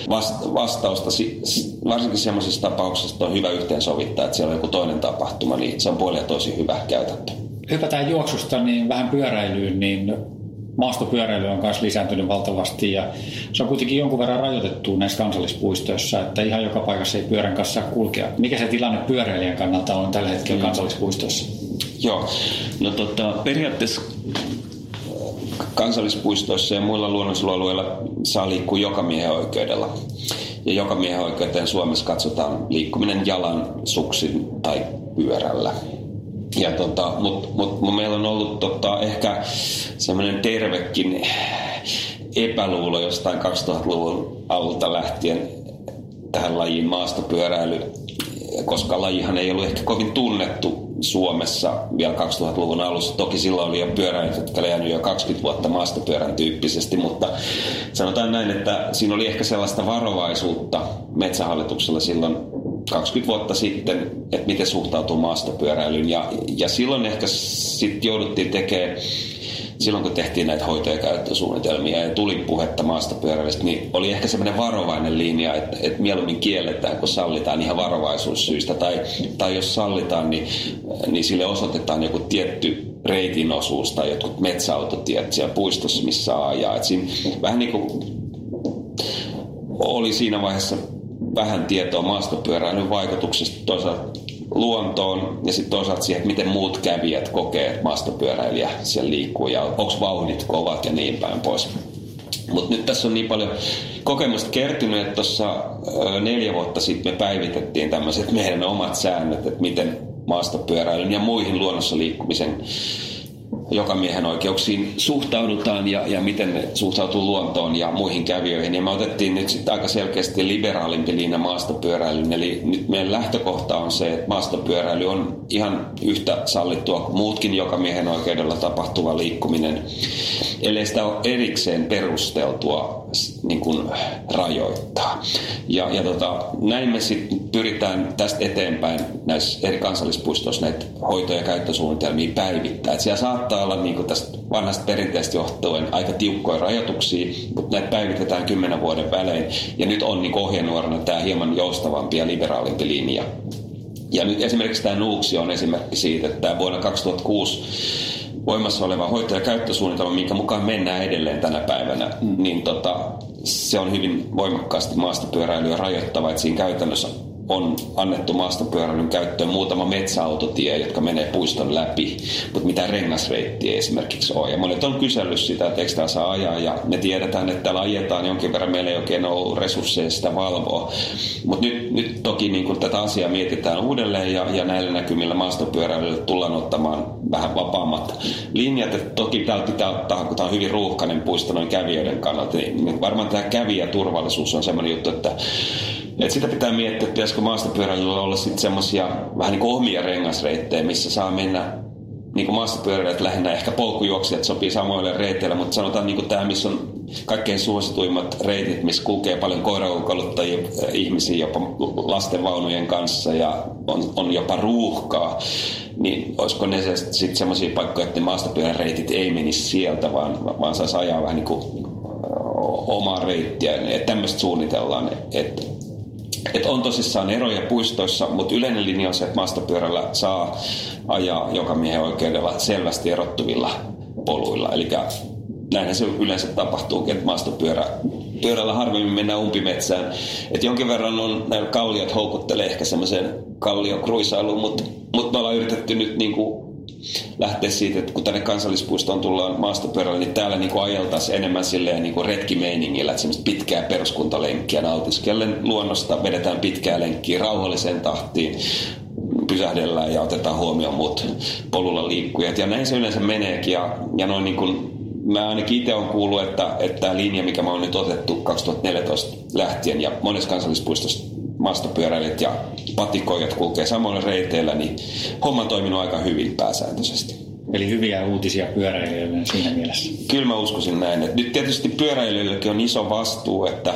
vastausta, varsinkin semmoisissa tapauksissa, että on hyvä yhteensovittaa, että siellä on joku toinen tapahtuma, niin se on puolin ja toisin hyvä käytäntö. Hypätään juoksusta niin vähän pyöräilyyn, niin maastopyöräily on myös lisääntynyt valtavasti ja se on kuitenkin jonkun verran rajoitettu näissä kansallispuistoissa, että ihan joka paikassa ei pyörän kanssa saa kulkea. Mikä se tilanne pyöräilijän kannalta on tällä hetkellä mm. kansallispuistoissa? Joo, no tota, periaatteessa kansallispuistoissa ja muilla luonnonsuojelualueilla saa liikkua jokamiehen oikeudella. Ja jokamiehen oikeuteen Suomessa katsotaan liikkuminen jalan, suksin tai pyörällä. Ja tota, Mutta mut, meillä on ollut tota, ehkä semmoinen tervekin epäluulo jostain kaksituhattaluvun alulta lähtien tähän lajiin maastopyöräily, koska lajihan ei ollut ehkä kovin tunnettu Suomessa vielä kaksituhattaluvun alussa. Toki silloin oli jo pyöräilijät, jotka oli jäänyt jo kaksikymmentä vuotta maastopyörän tyyppisesti, mutta sanotaan näin, että siinä oli ehkä sellaista varovaisuutta Metsähallituksella silloin kaksikymmentä vuotta sitten, että miten suhtautuu maastopyöräilyyn. Ja, ja silloin ehkä sitten jouduttiin tekemään, silloin kun tehtiin näitä hoito- ja käyttösuunnitelmia ja tuli puhetta maastopyöräilystä, niin oli ehkä semmoinen varovainen linja, että, että mieluummin kielletään, kun sallitaan ihan varovaisuussyistä. Tai, tai jos sallitaan, niin, niin sille osoitetaan joku tietty reitin osuus tai jotkut metsäautotiet siellä puistossa, missä saa ajaa. Et siinä vähän niin kuin oli siinä vaiheessa vähän tietoa maastopyöräilyn vaikutuksesta toisaalta luontoon ja sitten toisaalta siihen, että miten muut kävijät kokee, että maastopyöräilijä siellä liikkuu ja onko vauhdit kovat ja niin päin pois. Mutta nyt tässä on niin paljon kokemusta kertynyt, että tuossa neljä vuotta sitten me päivitettiin tämmöiset meidän omat säännöt, että miten maastopyöräilyn ja muihin luonnossa liikkumisen jokamiehen oikeuksiin suhtaudutaan ja, ja miten ne suhtautuu luontoon ja muihin kävijöihin. Ja me otettiin nyt sitten aika selkeästi liberaalimpi linja maastopyöräilyn. Eli nyt meidän lähtökohta on se, että maastopyöräily on ihan yhtä sallittua kuin muutkin jokamiehen oikeudella tapahtuva liikkuminen, ellei sitä ole erikseen perusteltua niin kuin rajoittaa. Ja, ja tota, näin me sitten pyritään tästä eteenpäin näissä eri kansallispuistoissa näitä hoito- ja käyttösuunnitelmia päivittää. Et siellä saattaa olla niin kuin tästä vanhasta perinteestä johtuen aika tiukkoja rajoituksia, mutta näitä päivitetään kymmenen vuoden välein. Ja nyt on niin ohjenuorana tämä hieman joustavampi ja liberaalimpi linja. Ja nyt esimerkiksi tämä Nuuksio on esimerkki siitä, että tämä vuonna kaksituhattakuusi voimassa oleva hoito- ja käyttösuunnitelma, minkä mukaan mennään edelleen tänä päivänä, mm. niin tota, se on hyvin voimakkaasti maastopyöräilyä rajoittava, että siinä käytännössä on annettu maastopyöräilyn käyttöön muutama metsäautotie, jotka menee puiston läpi, mutta mitään rengasreittiä esimerkiksi ole. Ja monet on kysellyt sitä, että eikö täällä saa ajaa, ja me tiedetään, että täällä ajetaan jonkin verran, meillä ei oikein ole resursseja sitä valvoa. Mutta nyt, nyt toki niin kun tätä asiaa mietitään uudelleen, ja, ja näillä näkymillä maastopyöräilylle tullaan ottamaan vähän vapaammat linjat. Et toki täällä pitää ottaa, kun tämä on hyvin ruuhkainen puisto noin kävijöiden kannalta, niin varmaan tämä kävijäturvallisuus on sellainen juttu, että Et sitä pitää miettiä, että pitäisikö maastopyöräilyllä olla sitten semmoisia vähän niin kuin omia rengasreittejä, missä saa mennä niin kuin maastopyöräilijät lähinnä ehkä polkujuoksijat sopii samoille reiteillä, mutta sanotaan niin kuin tämä, missä on kaikkein suosituimmat reitit, missä kulkee paljon koiraulkoiluttajia ihmisiä jopa lastenvaunujen kanssa ja on, on jopa ruuhkaa, niin olisiko ne sitten semmoisia paikkoja, että ne maastopyöräreitit ei menisi sieltä, vaan, vaan saisi ajaa vähän niin kuin omaa reittiä. Että tämmöistä suunnitellaan, että Et on tosissaan eroja puistoissa, mutta yleinen linja on se, että maastopyörällä saa ajaa jokamiehen oikeudella selvästi erottuvilla poluilla. Eli näinhän se yleensä tapahtuu, että maastopyörällä harvemmin mennään umpimetsään. Et jonkin verran on näillä kalliot houkuttelee ehkä semmoiseen kalliokruisailuun, mutta mut me ollaan yritetty nyt niinku lähteä siitä, että kun tänne kansallispuistoon tullaan maastopyörällä, niin täällä niinku ajeltaisiin enemmän silleen niinku retkimeiningillä, että semmoista pitkää peruskuntalenkkiä nautiskellen luonnosta, vedetään pitkää lenkkiä rauhalliseen tahtiin, pysähdellään ja otetaan huomioon muut polulla liikkujat. Ja näin se yleensä meneekin. Ja, ja noin niin kuin mä ainakin itse olen kuullut, että, että tämä linja, mikä mä oon nyt otettu kaksituhattaneljätoista lähtien ja monessa kansallispuistossa maastopyöräilijät ja patikoijat kulkee samoilla reiteillä, niin homma on toiminut aika hyvin pääsääntöisesti. Eli hyviä uutisia pyöräilijöille siinä mielessä. Kyllä mä uskoisin näin. Että nyt tietysti pyöräilijöillekin on iso vastuu, että,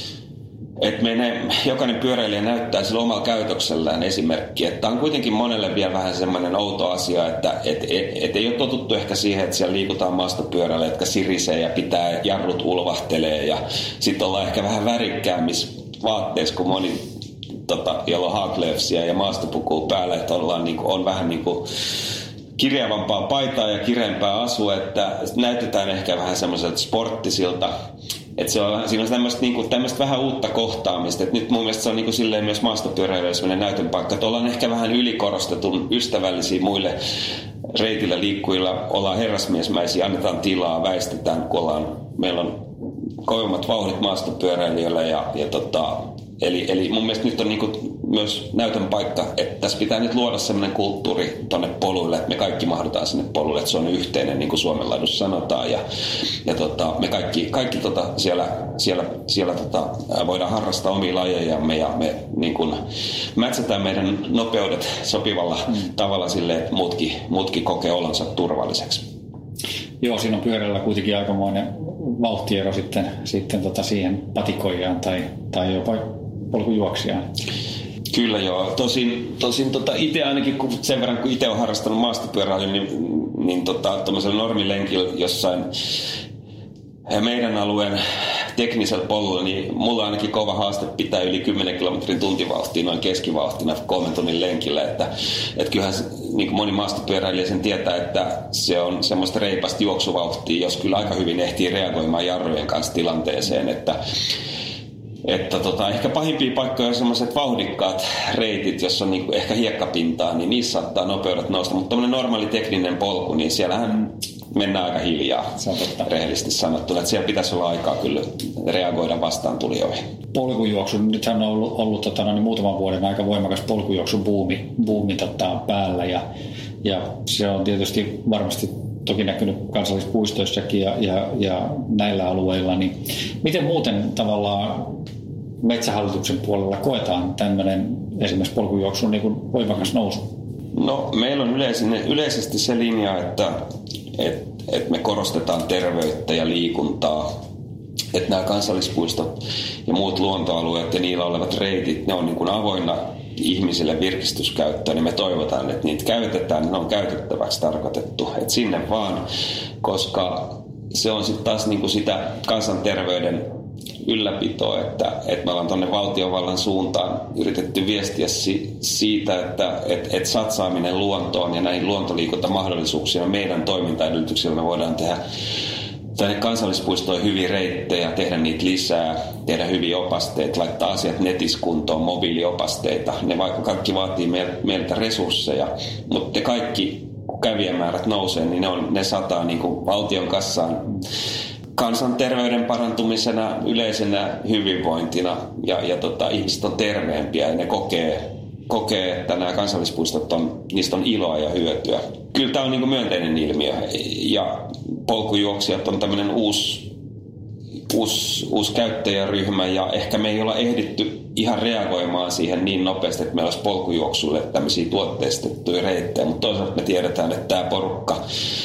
että me jokainen pyöräilijä näyttää sillä omalla käytöksellään esimerkki. Että on kuitenkin monelle vielä vähän semmoinen outo asia, että et, et, et ei ole totuttu ehkä siihen, että siellä liikutaan maastopyörällä, jotka sirisee ja pitää jarrut ulvahtelee ja sitten ollaan ehkä vähän värikkäämmissä vaatteissa kuin moni, tota, jolla on haaklöfsiä ja maastopukua päällä, että ollaan, niin kuin, on vähän niin kuin kirjavampaa paitaa ja kireempää asua, että näytetään ehkä vähän semmoiselta sporttisilta. Että se on, siinä on tämmöistä, niin kuin, tämmöistä vähän uutta kohtaamista. Et nyt mun mielestä se on niin kuin silleen myös maastopyöräilyllä sellainen näytön paikka, että ollaan ehkä vähän ylikorostetun ystävällisiä muille reitillä liikkujilla. Ollaan herrasmiesmäisiä, annetaan tilaa, väistetään, kun ollaan, meillä on kovimmat vauhdit maastopyöräilijöillä. Ja, ja tota, eli, eli mun mielestä nyt on niin kuin myös näytön paikka, että tässä pitää nyt luoda sellainen kulttuuri tonne poluille, että me kaikki mahdutaan sinne poluille, että se on yhteinen, niin kuin Suomenlahdussa sanotaan. Ja, ja tota, me kaikki, kaikki tota siellä, siellä, siellä tota, voidaan harrastaa omia lajejamme ja me niin kuin mätsätään meidän nopeudet sopivalla mm. tavalla silleen, että muutkin, muutkin kokee olonsa turvalliseksi. Joo, siinä on pyörällä kuitenkin aikamoinen vauhtiero sitten, sitten tota siihen patikoijaan tai, tai jopa polkujuoksijaan. Kyllä joo. Tosin, tosin tota itse ainakin, kun sen verran kun itse olen harrastanut maastopyöräilyä, niin, niin tota, tuollaisella normilenkillä jossain meidän alueen teknisellä polulla, niin mulla on ainakin kova haaste pitää yli kymmenen kilometrin tuntivauhtia noin keskivauhtina kolmen tunnin lenkillä. Että, että kyllähän niin kuin moni maastopyöräilijä sen tietää, että se on semmoista reipasta juoksuvauhtia, jos kyllä aika hyvin ehtii reagoimaan jarrujen kanssa tilanteeseen, että Että tota, ehkä pahimpia paikkoja on sellaiset vauhdikkaat reitit, jossa on niinku ehkä hiekkapintaa, niin niissä saattaa nopeudet nousta. Mutta tämmöinen normaali tekninen polku, niin siellähän mennään aika hiljaa, rehellisesti sanottuna. Että siellä pitäisi olla aikaa kyllä reagoida vastaan tulijoihin. Polkujuoksu, nythän on ollut, ollut tota, no, niin muutaman vuoden aika voimakas polkujuoksun buumi, buumi tota, päällä. Ja, ja se on tietysti varmasti toki näkynyt kansallispuistoissakin ja, ja, ja näillä alueilla. Niin miten muuten tavallaan Metsähallituksen puolella koetaan tämmöinen esimerkiksi polkujuoksun niin kuin voimakas nousu? No, meillä on yleisesti se linja, että, että, että me korostetaan terveyttä ja liikuntaa. Että nämä kansallispuistot ja muut luontoalueet ja niillä olevat reitit, ne on niin kuin avoinna ihmisille virkistyskäyttöön, niin me toivotaan, että niitä käytetään, ne on käytettäväksi tarkoitettu. Että sinne vaan, koska se on sitten taas niin kuin sitä kansanterveyden ylläpitoa, että, että me ollaan tuonne valtiovallan suuntaan yritetty viestiä si, siitä, että et, et satsaaminen luontoon ja näihin luontoliikuntamahdollisuuksiin meidän toimintaedellytyksillä me voidaan tehdä tänne kansallispuistoihin hyviä reittejä, tehdä niitä lisää, tehdä hyviä opasteita, laittaa asiat netissä kuntoon, mobiiliopasteita. Ne vaikka kaikki vaatii meiltä resursseja, mutta kaikki kun kävijämäärät nousee, niin ne, on, ne sataa niin kuin valtion kassaan kansanterveyden parantumisena, yleisenä hyvinvointina ja, ja tota, ihmiset on terveempiä ja ne kokee, kokee, että nämä kansallispuistot on, niistä on iloa ja hyötyä. Kyllä tämä on niin kuin myönteinen ilmiö ja polkujuoksijat on tämmöinen uusi, uusi, uusi käyttäjäryhmä ja ehkä me ei olla ehditty ihan reagoimaan siihen niin nopeasti, että meillä olisi polkujuoksulle tämmöisiä tuotteistettuja reittejä, mutta toisaalta me tiedetään, että tämä porukka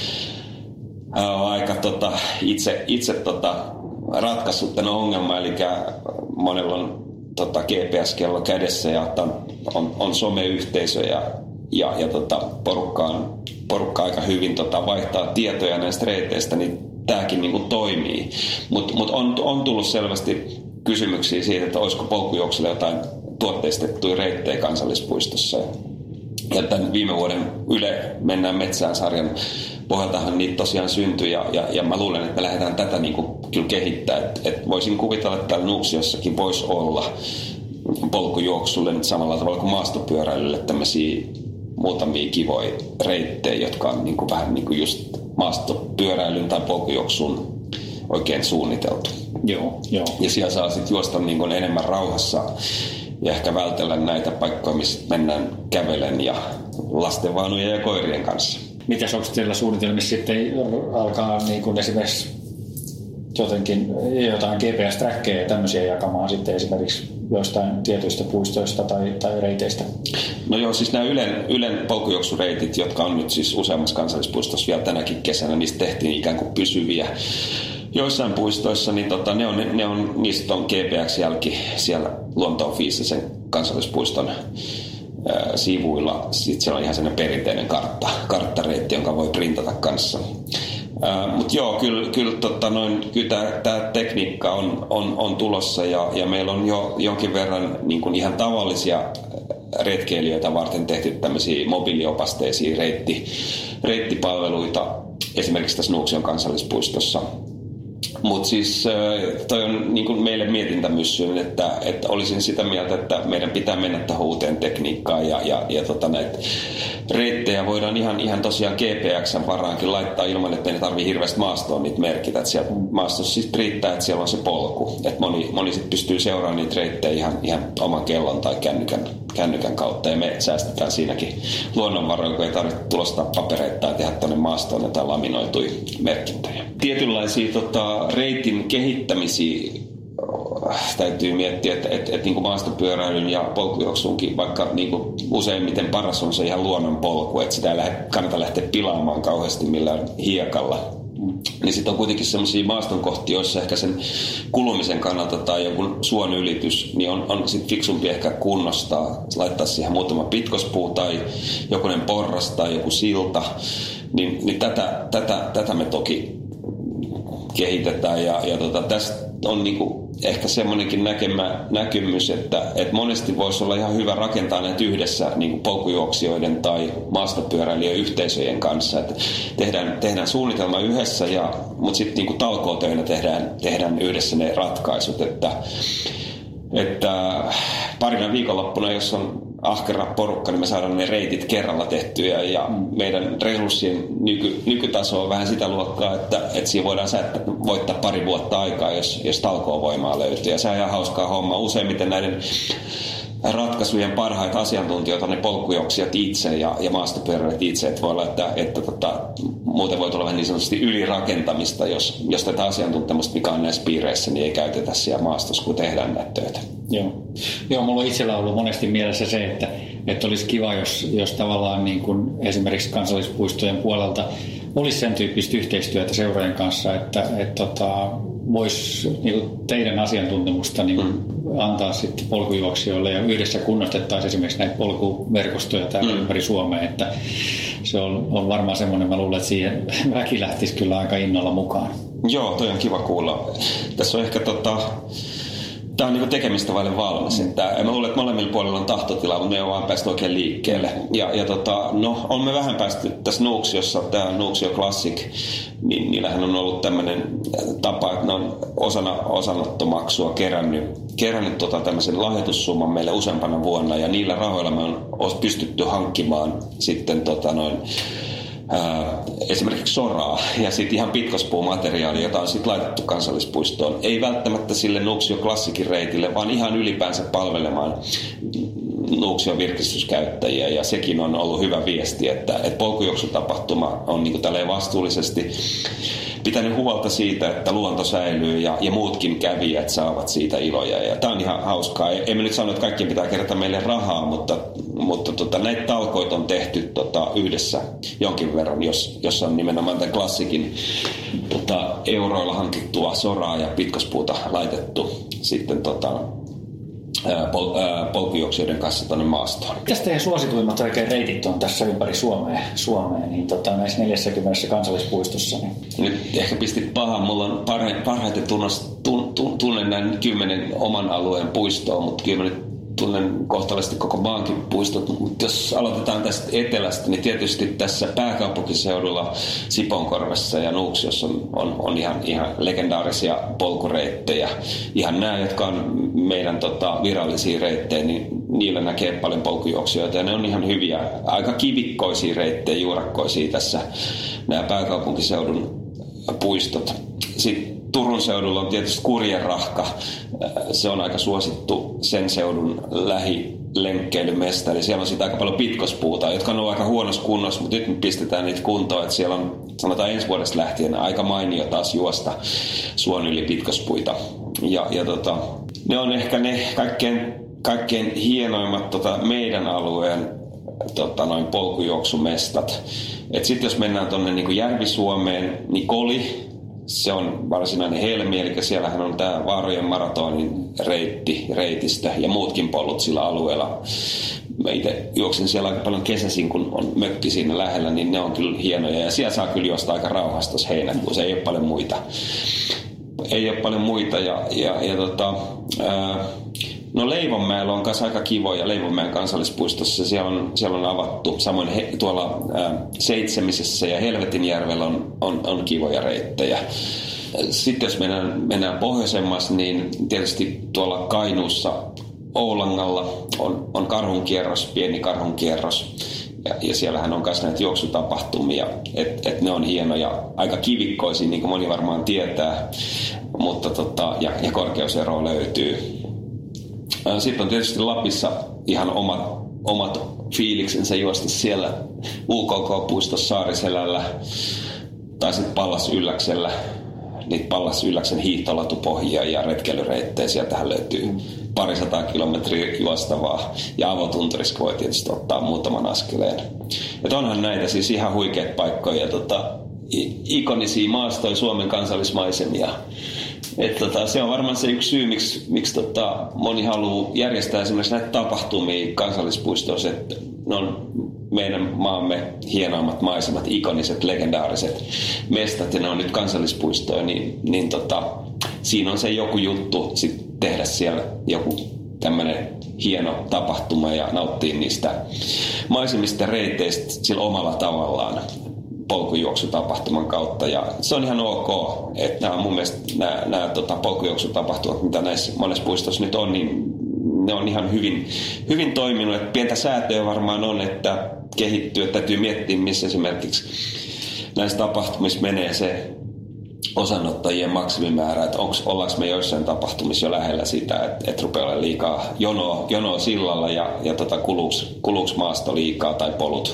on aika tota, itse, itse tota, ratkaissut tämän ongelman, eli monella on tota, G P S-kello kädessä ja on, on, on someyhteisö ja, ja, ja tota, porukka, on, porukka aika hyvin tota, vaihtaa tietoja näistä reiteistä, niin tämäkin niin kuin toimii. Mutta mut on, on tullut selvästi kysymyksiä siitä, että olisiko polkujuoksulla jotain tuotteistettuja reittejä kansallispuistossa. Ja tämän viime vuoden Yle Mennään metsään -sarjan pohjaltahan niitä tosiaan syntyi ja, ja, ja mä luulen, että me lähdetään tätä niin kuin kyllä kehittää. Et, et voisin kuvitella, että täällä Nuuksiossakin voisi olla polkujuoksulle nyt samalla tavalla kuin maastopyöräilylle tämmöisiä muutamia kivoja reittejä, jotka on niin kuin vähän niin kuin just maastopyöräilyn tai polkujuoksun oikein suunniteltu. Joo, joo. Ja siellä saa sitten juosta niin kuin enemmän rauhassa ja ehkä vältellä näitä paikkoja, missä mennään kävelen ja lastenvaunujen ja koirien kanssa. Mitäs onko teillä suunnitelmissa sitten alkaa niin kuin esimerkiksi jotenkin jotain G P S-trackeja ja tämmöisiä jakamaan sitten esimerkiksi joistain tietyistä puistoista tai, tai reiteistä? No joo, siis nämä Ylen, Ylen polkujuoksureitit, jotka on nyt siis useammassa kansallispuistossa vielä tänäkin kesänä, niistä tehtiin ikään kuin pysyviä. Joissain puistoissa niin tota, ne on, ne on, niistä on G P S-jälki siellä Luonto-Fiissa sen kansallispuiston ää, sivuilla. Sitten siellä on ihan sellainen perinteinen kartta, karttareitti, jonka voi printata kanssa. Mutta joo, kyllä, kyllä, tota, kyllä tämä tekniikka on, on, on tulossa ja, ja meillä on jo jonkin verran niin kuin ihan tavallisia retkeilijöitä varten tehty tämmöisiä mobiiliopasteisia reitti, reittipalveluita esimerkiksi tässä Nuuksion kansallispuistossa. Mutta siis toi on niin kuin meille mietintämyssyyn, että, että olisin sitä mieltä, että meidän pitää mennä tähän uuteen tekniikkaan ja, ja, ja tota näitä reittejä voidaan ihan, ihan tosiaan G P X:n varaankin laittaa ilman, että ei tarvitse hirveästi maastoon niitä merkitä. Että siellä maastossa siis riittää, että siellä on se polku. Että moni, moni sit pystyy seuraamaan niitä reittejä ihan, ihan oman kellon tai kännykän, kännykän kautta ja me säästetään siinäkin luonnonvaroja, kun ei tarvitse tulostaa papereita tai tehdä tuonne maastoon jotain laminoituja merkintöjä. Tietynlaisia tota, reitin kehittämisiä täytyy miettiä, että, että, että niin kuin maastopyöräilyn ja polkujuoksunkin, vaikka niin kuin useimmiten paras on se ihan luonnon polku, että sitä ei lähde, kannata lähteä pilaamaan kauheasti millään hiekalla. Niin sitten on kuitenkin sellaisia maastonkohtia, joissa ehkä sen kulumisen kannalta tai joku suon ylitys, niin on, on sitten fiksumpi ehkä kunnostaa, laittaa siihen muutama pitkospuu tai jokunen porras tai joku silta. Niin, niin tätä, tätä, tätä me toki kehitetään ja, ja tota, tästä on niinku ehkä semmoinenkin näkemä, näkymys, että et monesti voisi olla ihan hyvä rakentaa näitä yhdessä niinku polkujuoksijoiden tai maastopyöräilijöiden yhteisöjen kanssa. Et tehdään, tehdään suunnitelma yhdessä, ja, mutta sitten niinku talkootöinä tehdään, tehdään yhdessä ne ratkaisut. Että, että parina viikonloppuna, jos on ahkera porukka, niin me saadaan ne reitit kerralla tehtyä ja meidän resurssien nyky, nykytaso on vähän sitä luokkaa, että, että siinä voidaan voittaa pari vuotta aikaa, jos, jos talkoovoimaa löytyy. Ja se on ihan hauskaa homma. Useimmiten näiden ratkaisujen parhaita asiantuntijoita on ne polkujuoksijat itse ja, ja maastopyöräilijät itse. Että voi olla, että, että tota, muuten voi tulla vähän niin sanotusti ylirakentamista, jos, jos tätä asiantuntemusta, mikä on näissä piireissä, niin ei käytetä siellä maastossa, kun tehdään näitä töitä. Joo, Joo mulla on itsellä ollut monesti mielessä se, että, että olisi kiva, jos, jos tavallaan niin kuin esimerkiksi kansallispuistojen puolelta olisi sen tyyppistä yhteistyötä seurojen kanssa, että, että tota, voisi niin kuin teidän asiantuntemusta niin kuin mm. antaa sitten polkujuoksijoille ja yhdessä kunnostettaisiin esimerkiksi näitä polkuverkostoja täällä mm. ympäri Suomea, että se on, on varmaan semmoinen, mä luulen, että siihen väki lähtisi kyllä aika innolla mukaan. Joo, toi on kiva kuulla. Tässä on ehkä tota... Tämä on niin tekemistä vaille valmis. Että mä luulen, että molemmilla puolilla on tahtotila, mutta me ei ole vaan päästy oikein liikkeelle. Ja, ja tota, no, on me vähän päästy tässä Nuuksiossa, tämä Nuuksio Classic, niin niillähän on ollut tämmöinen tapa, että ne on osana osanottomaksua kerännyt, kerännyt tota tämmöisen lahjoitussumman meille useampana vuonna, ja niillä rahoilla me on pystytty hankkimaan sitten tota noin, Ää, esimerkiksi soraa ja sitten ihan pitkospuumateriaalia, jota on sitten laitettu kansallispuistoon. Ei välttämättä sille Nuuksio Classicin reitille, vaan ihan ylipäänsä palvelemaan Nuuksion virkistyskäyttäjiä, ja sekin on ollut hyvä viesti, että, että polkujuoksutapahtuma on niin kuin tälleen vastuullisesti pitänyt huolta siitä, että luonto säilyy ja, ja muutkin kävijät saavat siitä iloja. Ja tämä on ihan hauskaa. Emme nyt sano, että kaikkien pitää kerätä meille rahaa, mutta, mutta tota, näitä talkoita on tehty tota, yhdessä jonkin verran, jos, jos on nimenomaan tämän klassikin tota, euroilla hankittua soraa ja pitkospuuta laitettu sitten tota, Pol- polkujuoksijoiden kanssa tuonne maastoon. Mitäs teidän suosituimmat oikein reitit on tässä ympäri Suomea, Suomea niin tota, näissä neljässäkymmenessä kansallispuistossa? Niin. Nyt ehkä pistit pahan. Mulla on parha- parhaiten tunnos, tun, tun, tunnen näin kymmenen oman alueen puistoa, mutta kyllä nyt tunnen kohtalaisesti koko maankin puistot. Mutta jos aloitetaan tästä etelästä, niin tietysti tässä pääkaupunkiseudulla Sipoonkorvessa ja Nuuksiossa on, on, on ihan, ihan legendaarisia polkureittejä. Ihan nämä, jotka on meidän tota, virallisia reittejä, niin niillä näkee paljon polkujuoksijoita ja ne on ihan hyviä, aika kivikkoisia reittejä, juurakkoisia tässä nämä pääkaupunkiseudun puistot. Sitten Turun seudulla on tietysti Kurjenrahka. Se on aika suosittu sen seudun lähilenkkeilymesta. Eli siellä on sitten aika paljon pitkospuuta, jotka on ollut aika huonossa kunnossa, mutta nyt me pistetään niitä kuntoon. Että siellä on, sanotaan ensi vuodesta lähtien, aika mainio taas juosta suon yli pitkospuita. Ja, ja tota, ne on ehkä ne kaikkein, kaikkein hienoimmat tota, meidän alueen tota, noin polkujuoksumestat. Sitten jos mennään tuonne niin Järvi-Suomeen, niin Koli, se on varsinainen helmi, eli siellähän on tämä Vaarojen maratonin reitti, reitistö ja muutkin pollut sillä alueella. Mä itse juoksin siellä aika paljon kesäisin, kun on mökki siinä lähellä, niin ne on kyllä hienoja. Ja siellä saa kyllä juosta aika rauhassa tuossa heinäkuussa, ei ole paljon muita. Ei ole paljon muita ja, ja, ja tota, ää, No Leivonmäellä on kanssa aika kivoja, Leivonmäen kansallispuistossa. Siellä on, siellä on avattu. Samoin he, tuolla ää, Seitsemisessä ja Helvetinjärvellä on, on, on kivoja reittejä. Sitten jos mennään, mennään pohjoisemmassa, niin tietysti tuolla Kainuussa Oulangalla on, on karhunkierros, pieni karhunkierros. Ja, ja siellähän on myös näitä juoksutapahtumia, että et ne on hienoja, aika kivikkoisia, niin kuin moni varmaan tietää, mutta tota, ja, ja korkeusero löytyy. Sitten on tietysti Lapissa ihan omat, omat fiiliksensä juosta siellä U K K-puistossa Saariselällä tai sitten Pallas-Ylläksellä. Niitä Pallas-Ylläksen hiihtolatupohjia ja retkeilyreittejä. Sieltähän löytyy parisataa kilometriä juostavaa. Ja avotunturissa voi tietysti ottaa muutaman askeleen. Et onhan näitä siis ihan huikeat paikkoja. Tota, ikonisia maastoja Suomen kansallismaisemia. Et tota, se on varmaan se yksi syy, miksi, miksi tota, moni haluaa järjestää esimerkiksi näitä tapahtumia kansallispuistoissa. Että ne on meidän maamme hienoimmat maisemat, ikoniset, legendaariset mestat ja ne on nyt kansallispuistoja, niin, niin tota, siinä on se joku juttu sit tehdä siellä joku tämmöinen hieno tapahtuma ja nauttia niistä maisemista reiteistä sillä omalla tavallaan polkujuoksutapahtuman kautta ja se on ihan ok, että nämä mun mielestä nämä, nämä tota, polkujuoksutapahtumat, mitä näissä monessa puistossa nyt on, niin ne on ihan hyvin, hyvin toiminut. Että pientä säätöä varmaan on, että kehittyy, että täytyy miettiä, missä esimerkiksi näissä tapahtumissa menee se osanottajien maksimimäärä, että onks, ollaanko me joissain tapahtumissa jo lähellä sitä, että, että rupeaa olemaan liikaa jonoa, jonoa sillalla ja, ja tota, kuluuks, kuluuks maasto liikaa tai polut.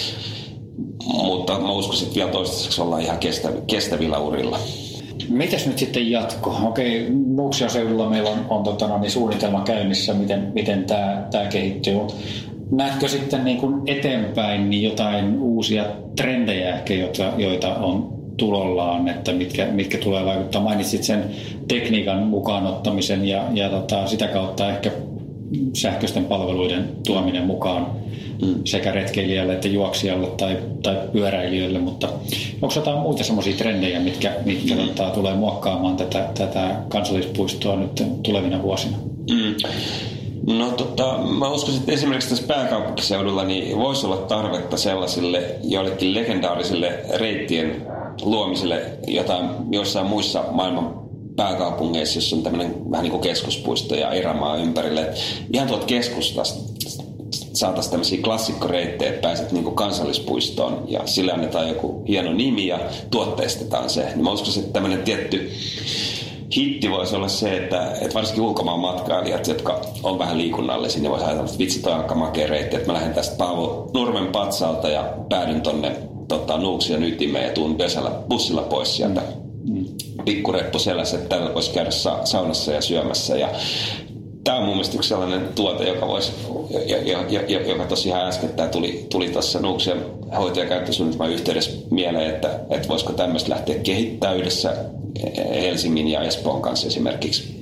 Mutta mä uskoisin, että vielä toistaiseksi ollaan ihan kestäv- kestävillä urilla. Mitäs nyt sitten jatko? Okei, Nuuksion seudulla meillä on, on tota, no, niin suunnitelma käynnissä, miten, miten tämä tää kehittyy. Näetkö sitten niin kuin eteenpäin niin jotain uusia trendejä ehkä, joita, joita on tulollaan, että mitkä, mitkä tulee vaikuttaa? Mainitsit sen tekniikan mukaan ottamisen ja, ja tota, sitä kautta ehkä sähköisten palveluiden tuominen mukaan mm. sekä retkeilijöille että juoksijalle tai, tai pyöräilijöille, mutta onko jotain muita semmoisia trendejä, mitkä, mitkä mm. tota, tulee muokkaamaan tätä, tätä kansallispuistoa nyt tulevina vuosina? Mm. No tota, mä uskoisin, että esimerkiksi tässä pääkaupunkiseudulla niin voisi olla tarvetta sellaisille joillekin legendaarisille reittien luomiselle jotain joissain muissa maailman pääkaupungeissa, jossa on tämmöinen vähän niin kuin keskuspuisto ja erämaa ympärille. Et ihan tuolta keskustasta saataisiin tämmöisiä klassikkoreittejä, että pääset niin kuin kansallispuistoon ja sille annetaan joku hieno nimi ja tuotteistetaan se. Niin mä uskoisin, että tämmöinen tietty hitti voisi olla se, että, että varsinkin ulkomaan matkailijat, jotka on vähän liikunnallisia, niin voisi ajatella, että vitsi, toi on aika makea reitti, että mä lähden tästä Paavo Nurmen patsalta ja päädyn tonne tota, Nuuksion ytimeen ja tuun Vesällä bussilla pois sieltä. Mm. Pikkureppu sellaisen, että täällä voisi käydä sa- saunassa ja syömässä. Ja tämä on mun mielestä yksi sellainen tuote, joka, voisi, joka tosiaan äskettäin tuli, tuli tuossa Nuuksion hoito- ja käyttösuunnitelman yhteydessä mieleen, että, että voisiko tämmöistä lähteä kehittämään yhdessä Helsingin ja Espoon kanssa esimerkiksi.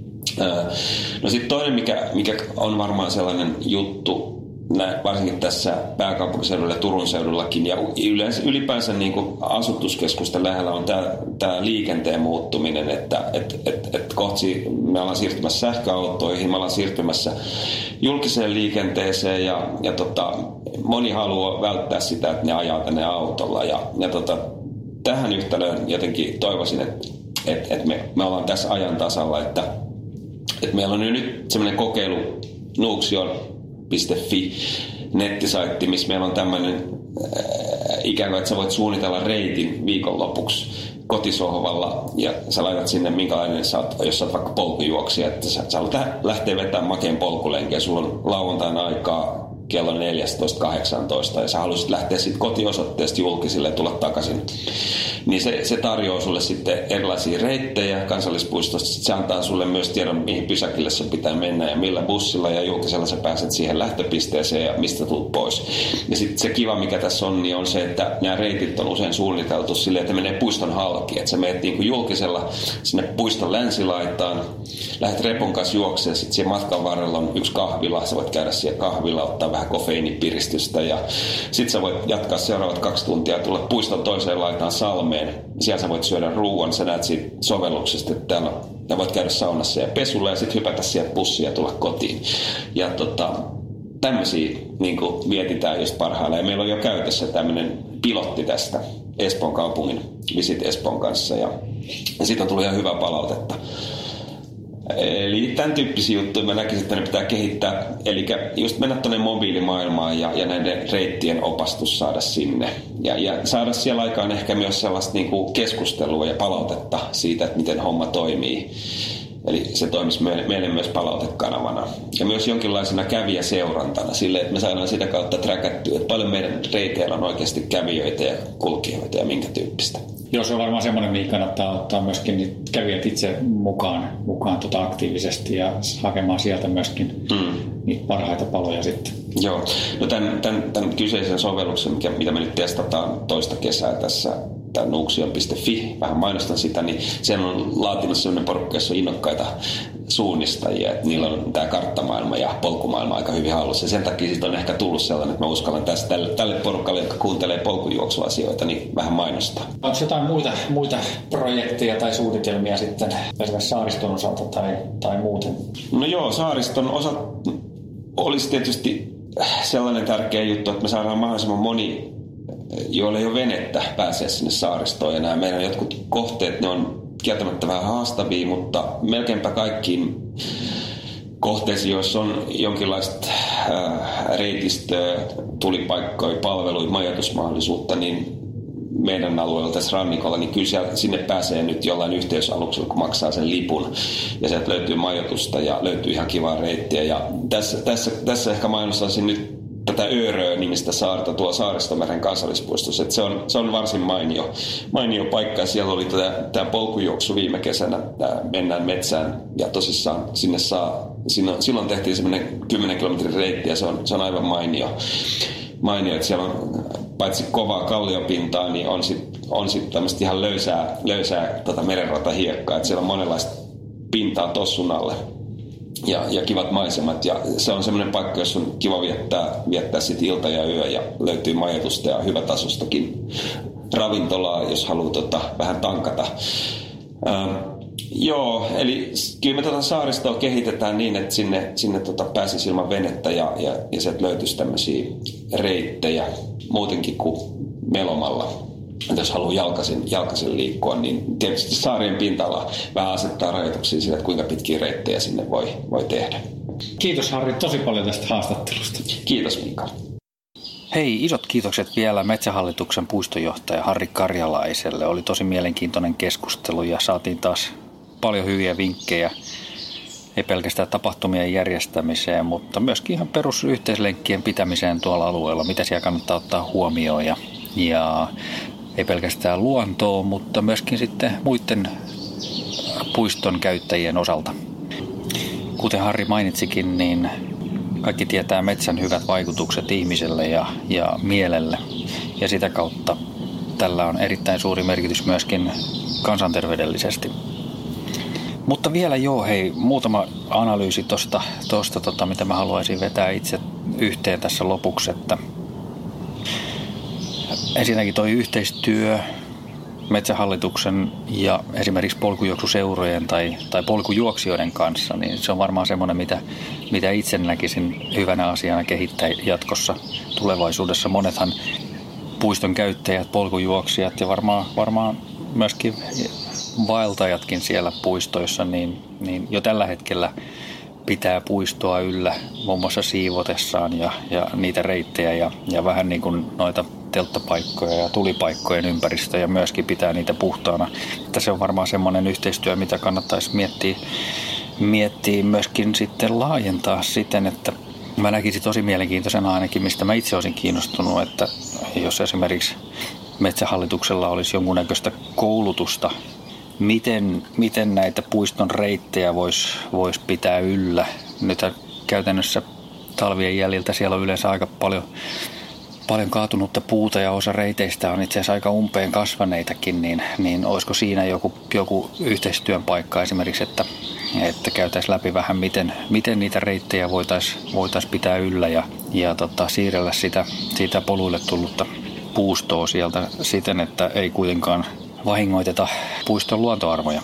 No sitten toinen, mikä, mikä on varmaan sellainen juttu, varsinkin tässä pääkaupunkiseudulla ja Turun seudullakin ja yleensä, ylipäänsä niin kuin asutuskeskusten lähellä on tämä, tämä liikenteen muuttuminen, että et, et, et kohti me ollaan siirtymässä sähköautoihin, me ollaan siirtymässä julkiseen liikenteeseen ja, ja tota, moni haluaa välttää sitä, että ne ajaa tänne autolla ja, ja tota, tähän yhtälöön jotenkin toivoisin, että et, et me, me ollaan tässä ajan tasalla, että et meillä on nyt semmoinen kokeilu Nuuksion piste fi nettisaitti, missä meillä on tämmöinen äh, ikään kuin, että sä voit suunnitella reitin viikonlopuksi kotisohvalla ja sä laitat sinne minkälainen sä oot, jos sä oot vaikka polkujuoksija, että sä, sä haluat lähteä vetämään makeen polkulenkiä, sulla on lauantaina aikaa kello neljätoista kahdeksantoista ja sä haluaisit lähteä sitten kotiosoitteesta julkisille ja tulla takaisin. Niin se, se tarjoaa sulle sitten erilaisia reittejä kansallispuistosta. Sitten se antaa sulle myös tiedon, mihin pysäkille sun pitää mennä ja millä bussilla ja julkisella sä pääset siihen lähtöpisteeseen ja mistä tulet pois. Ja sitten se kiva, mikä tässä on, niin on se, että nämä reitit on usein suunniteltu silleen, että menee puiston halki. Että sä menet niin kuin julkisella sinne puiston länsilaitaan, lähdet repon kanssa juoksemaan, sitten siihen matkan varrella on yksi kahvila, sä voit käydä siellä kahvilla, ottaa vähän kofeiinipiristystä ja sit sä voit jatkaa seuraavat kaksi tuntia ja tulla puiston toiseen laitaan Salmeen. Siellä sä voit syödä ruuan, sä näet siitä sovelluksesta, että täällä ja voit käydä saunassa ja pesulla ja sit hypätä sieltä bussiin ja tulla kotiin. Ja tota, tämmöisiä niin kuin mietitään just parhaillaan. Ja meillä on jo käytössä tämmöinen pilotti tästä Espoon kaupungin Visit Espoon kanssa. Ja, ja siitä on tullut ihan hyvää palautetta. Eli tämän tyyppisiä juttuja mä näkisin, että ne pitää kehittää. Eli just mennä tuonne mobiilimaailmaan ja, ja näiden reittien opastus saada sinne. Ja, ja saada siellä aikaan ehkä myös sellaista niin kuin keskustelua ja palautetta siitä, että miten homma toimii. Eli se toimisi meille myös palautekanavana. Ja myös jonkinlaisena kävijäseurantana sille, että me saadaan sitä kautta träkättyä, että paljon meidän reiteillä on oikeasti kävijöitä ja kulkijoita ja minkä tyyppistä. Joo, se on varmaan semmoinen, mihin kannattaa ottaa myöskin kävijät itse mukaan, mukaan tuota aktiivisesti ja hakemaan sieltä myöskin mm. niitä parhaita paloja sitten. Joo, no tämän, tämän, tämän kyseisen sovelluksen, mikä, mitä me nyt testataan toista kesää tässä, tämä nuuksion piste fi, vähän mainostan sitä, niin siellä on laatinut sellainen porukka, jossa on innokkaita suunnistajia, että niillä on tämä karttamaailma ja polkumaailma aika hyvin hallussa. Ja sen takia siitä on ehkä tullut sellainen, että mä uskallan tässä tälle, tälle porukalle, jotka kuuntelee polkujuoksuasioita, niin vähän mainostaa. Onko jotain muita, muita projekteja tai suunnitelmia sitten esimerkiksi saariston osalta tai, tai muuten? No joo, saariston osa olisi tietysti sellainen tärkeä juttu, että me saadaan mahdollisimman moni, joilla ei ole venettä, pääsee sinne saaristoon. Ja nämä meidän jotkut kohteet, ne on kieltämättä vähän haastavia, mutta melkeinpä kaikkiin kohteisiin, joissa on jonkinlaista äh, reitistöä, tulipaikkoja, palveluja, majoitusmahdollisuutta, niin meidän alueella tässä rannikolla, niin kyllä siellä, sinne pääsee nyt jollain yhteysaluksella, kun maksaa sen lipun. Ja sieltä löytyy majoitusta ja löytyy ihan kivaa reittiä. Ja tässä, tässä, tässä ehkä mainostaisin nyt tätä Öörö-nimistä saarta tuolla Saaristomeren kansallispuistossa. Että se, on, se on varsin mainio, mainio paikka. Ja siellä oli tämä, tämä polkujuoksu viime kesänä, tämä Mennään metsään. Ja tosissaan sinne saa, sinne, silloin tehtiin semmoinen kymmenen kilometrin reitti ja se on, se on aivan mainio. mainio, että siellä on paitsi kovaa kalliopintaa, niin on sitten on sit tämmöistä ihan löysää, löysää tota merenratahiekkaa, että siellä on monenlaista pintaa tossun alle ja, ja kivat maisemat. Ja se on semmoinen paikka, jossa on kiva viettää, viettää sit ilta ja yö ja löytyy majoitusta ja hyvätasostakin ravintolaa, jos haluaa tota, vähän tankata. Ähm, Joo, eli kyllä me tuota saaristoa kehitetään niin, että sinne, sinne tuota pääsisi ilman venettä ja, ja, ja sieltä löytyisi tämmöisiä reittejä muutenkin kuin melomalla. Et jos haluaa jalkaisin, jalkaisin liikkua, niin tietysti saarien pinta-ala vähän asettaa rajoituksia sille, että kuinka pitkiä reittejä sinne voi, voi tehdä. Kiitos Harri tosi paljon tästä haastattelusta. Kiitos Mika. Hei, isot kiitokset vielä Metsähallituksen puistonjohtaja Harri Karjalaiselle. Oli tosi mielenkiintoinen keskustelu ja saatiin taas paljon hyviä vinkkejä. Ei pelkästään tapahtumien järjestämiseen, mutta myöskin ihan perusyhteislenkkien pitämiseen tuolla alueella. Mitä siellä kannattaa ottaa huomioon ja, ja ei pelkästään luontoon, mutta myöskin sitten muiden puiston käyttäjien osalta. Kuten Harri mainitsikin, niin kaikki tietää metsän hyvät vaikutukset ihmiselle ja, ja mielelle. Ja sitä kautta tällä on erittäin suuri merkitys myöskin kansanterveydellisesti. Mutta vielä joo, hei, muutama analyysi tuosta, tosta, tota, mitä mä haluaisin vetää itse yhteen tässä lopuksi. Että ensinnäkin toi yhteistyö Metsähallituksen ja esimerkiksi polkujuoksuseurojen tai, tai polkujuoksijoiden kanssa, niin se on varmaan semmoinen, mitä, mitä itse näkisin hyvänä asiana kehittää jatkossa tulevaisuudessa. Monethan puiston käyttäjät, polkujuoksijat ja varmaan, varmaan myöskin vaeltajatkin siellä puistoissa, niin, niin jo tällä hetkellä pitää puistoa yllä muun muassa siivotessaan ja, ja niitä reittejä ja, ja vähän niin kuin noita telttapaikkoja ja tulipaikkojen ympäristöjä myöskin pitää niitä puhtaana. Että se on varmaan semmoinen yhteistyö, mitä kannattaisi miettiä, miettiä myöskin sitten laajentaa siten, että mä näkisin tosi mielenkiintoisena ainakin, mistä mä itse olisin kiinnostunut, että jos esimerkiksi Metsähallituksella olisi jonkunnäköistä koulutusta, miten, miten näitä puiston reittejä voisi vois pitää yllä. Nyt käytännössä talvien jäljiltä siellä on yleensä aika paljon paljon kaatunutta puuta ja osa reiteistä on itse asiassa aika umpeen kasvaneitakin, niin, niin olisiko siinä joku, joku yhteistyön paikka esimerkiksi, että, että käytäisiin läpi vähän, miten, miten niitä reittejä voitaisiin voitais pitää yllä ja, ja tota, siirrellä sitä, sitä poluille tullutta puustoa sieltä siten, että ei kuitenkaan vahingoiteta puiston luontoarvoja.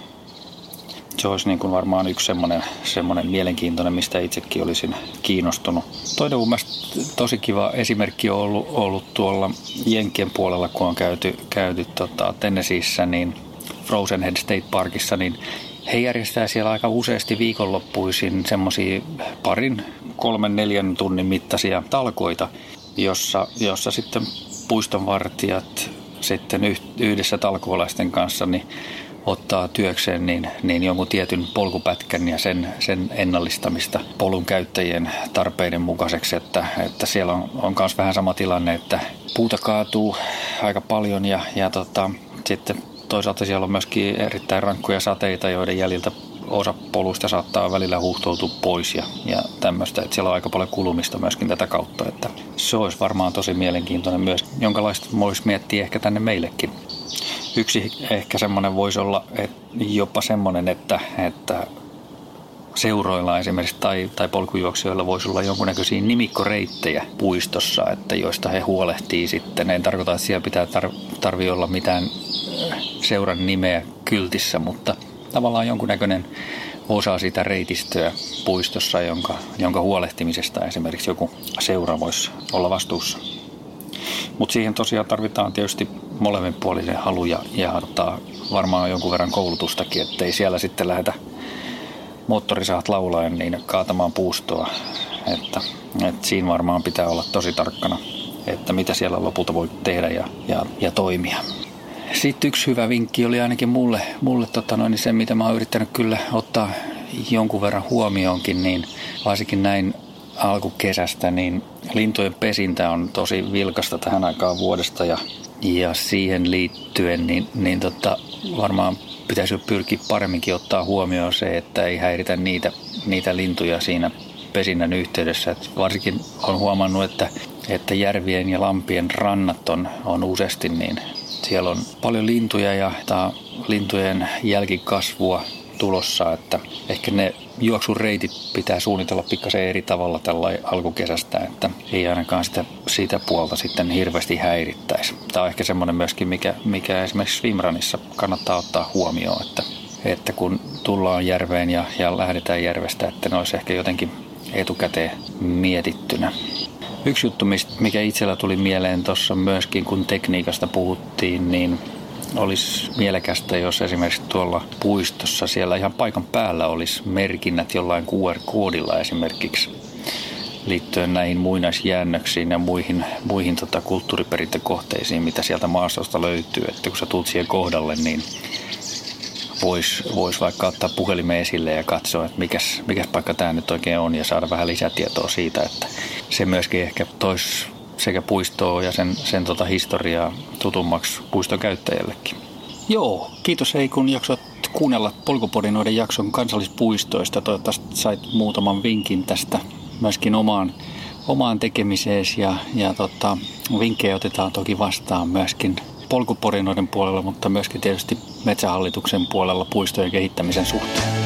Se olisi niin kuin varmaan yksi semmoinen, semmoinen mielenkiintoinen, mistä itsekin olisin kiinnostunut. Toinen mun mielestä tosi kiva esimerkki on ollut, ollut tuolla Jenkkien puolella, kun on käyty, käyty tota, Tennesseeissä, niin Frozen Head State Parkissa, niin he järjestää siellä aika useasti viikonloppuisin semmoisia parin, kolmen, neljän tunnin mittaisia talkoita, jossa, jossa sitten puistonvartijat sitten yhdessä talkoolaisten kanssa niin ottaa työkseen niin, niin jonkun tietyn polkupätkän ja sen, sen ennallistamista polun käyttäjien tarpeiden mukaiseksi, että, että siellä on, on myös vähän sama tilanne, että puuta kaatuu aika paljon ja, ja tota, sitten toisaalta siellä on myöskin erittäin rankkoja sateita, joiden jäljiltä osa poluista saattaa välillä huuhtoutua pois ja, ja tämmöistä, että siellä on aika paljon kulumista myöskin tätä kautta, että se olisi varmaan tosi mielenkiintoinen myös, jonkalaista voisi miettiä ehkä tänne meillekin. Yksi ehkä semmoinen voisi olla että jopa semmoinen, että, että seuroilla esimerkiksi tai, tai polkujuoksijoilla voisi olla jonkunnäköisiä nimikkoreittejä puistossa, että joista he huolehtii sitten. En tarkoita, että siellä pitää tar- tarvii olla mitään seuran nimeä kyltissä, mutta tavallaan jonkunnäköinen osa sitä reitistöä puistossa, jonka, jonka huolehtimisesta esimerkiksi joku seura voisi olla vastuussa. Mutta siihen tosiaan tarvitaan tietysti molemminpuolisen halu ja, ja ottaa varmaan jonkun verran koulutustakin, ettei siellä sitten lähdetä moottorisahat laulaen niin kaatamaan puustoa. Että, että siinä varmaan pitää olla tosi tarkkana, että mitä siellä lopulta voi tehdä ja, ja, ja toimia. Sitten yksi hyvä vinkki oli ainakin mulle, mulle tota noin, se, mitä mä oon yrittänyt kyllä ottaa jonkun verran huomioonkin, niin varsinkin näin alkukesästä, niin lintujen pesintä on tosi vilkasta tähän aikaan vuodesta ja, ja siihen liittyen niin, niin tota, varmaan pitäisi pyrkiä paremminkin ottaa huomioon se, että ei häiritä niitä, niitä lintuja siinä pesinnän yhteydessä. Et varsinkin olen huomannut, että, että järvien ja lampien rannat on, on useasti, niin siellä on paljon lintuja ja lintujen jälkikasvua tulossa, että ehkä ne juoksureitit pitää suunnitella pikkasen eri tavalla tällä alkukesästä, että ei ainakaan sitä, sitä puolta sitten hirveästi häirittäisi. Tämä on ehkä semmoinen myöskin, mikä, mikä esimerkiksi swimrunissa kannattaa ottaa huomioon, että, että kun tullaan järveen ja, ja lähdetään järvestä, että ne olisi ehkä jotenkin etukäteen mietittynä. Yksi juttu, mikä itsellä tuli mieleen tuossa myöskin, kun tekniikasta puhuttiin, niin olisi mielekästä, jos esimerkiksi tuolla puistossa siellä ihan paikan päällä olisi merkinnät jollain Q R-koodilla esimerkiksi liittyen näihin muinaisjäännöksiin ja muihin, muihin tota kulttuuriperintökohteisiin, mitä sieltä maastosta löytyy. Että kun sä tulet siihen kohdalle, niin voisi vois vaikka ottaa puhelimen esille ja katsoa, että mikäs, mikäs paikka tämä nyt oikein on ja saada vähän lisätietoa siitä, että se myöskin ehkä toisi sekä puistoa ja sen, sen tota historiaa tutummaksi puiston käyttäjällekin. Joo, kiitos hei kun jaksot kuunnella Polkupodinoiden jakson kansallispuistoista. Toivottavasti sait muutaman vinkin tästä myöskin omaan, omaan tekemiseesi ja, ja tota, vinkkejä otetaan toki vastaan myöskin Polkuporinoiden puolella, mutta myöskin tietysti Metsähallituksen puolella puistojen kehittämisen suhteen.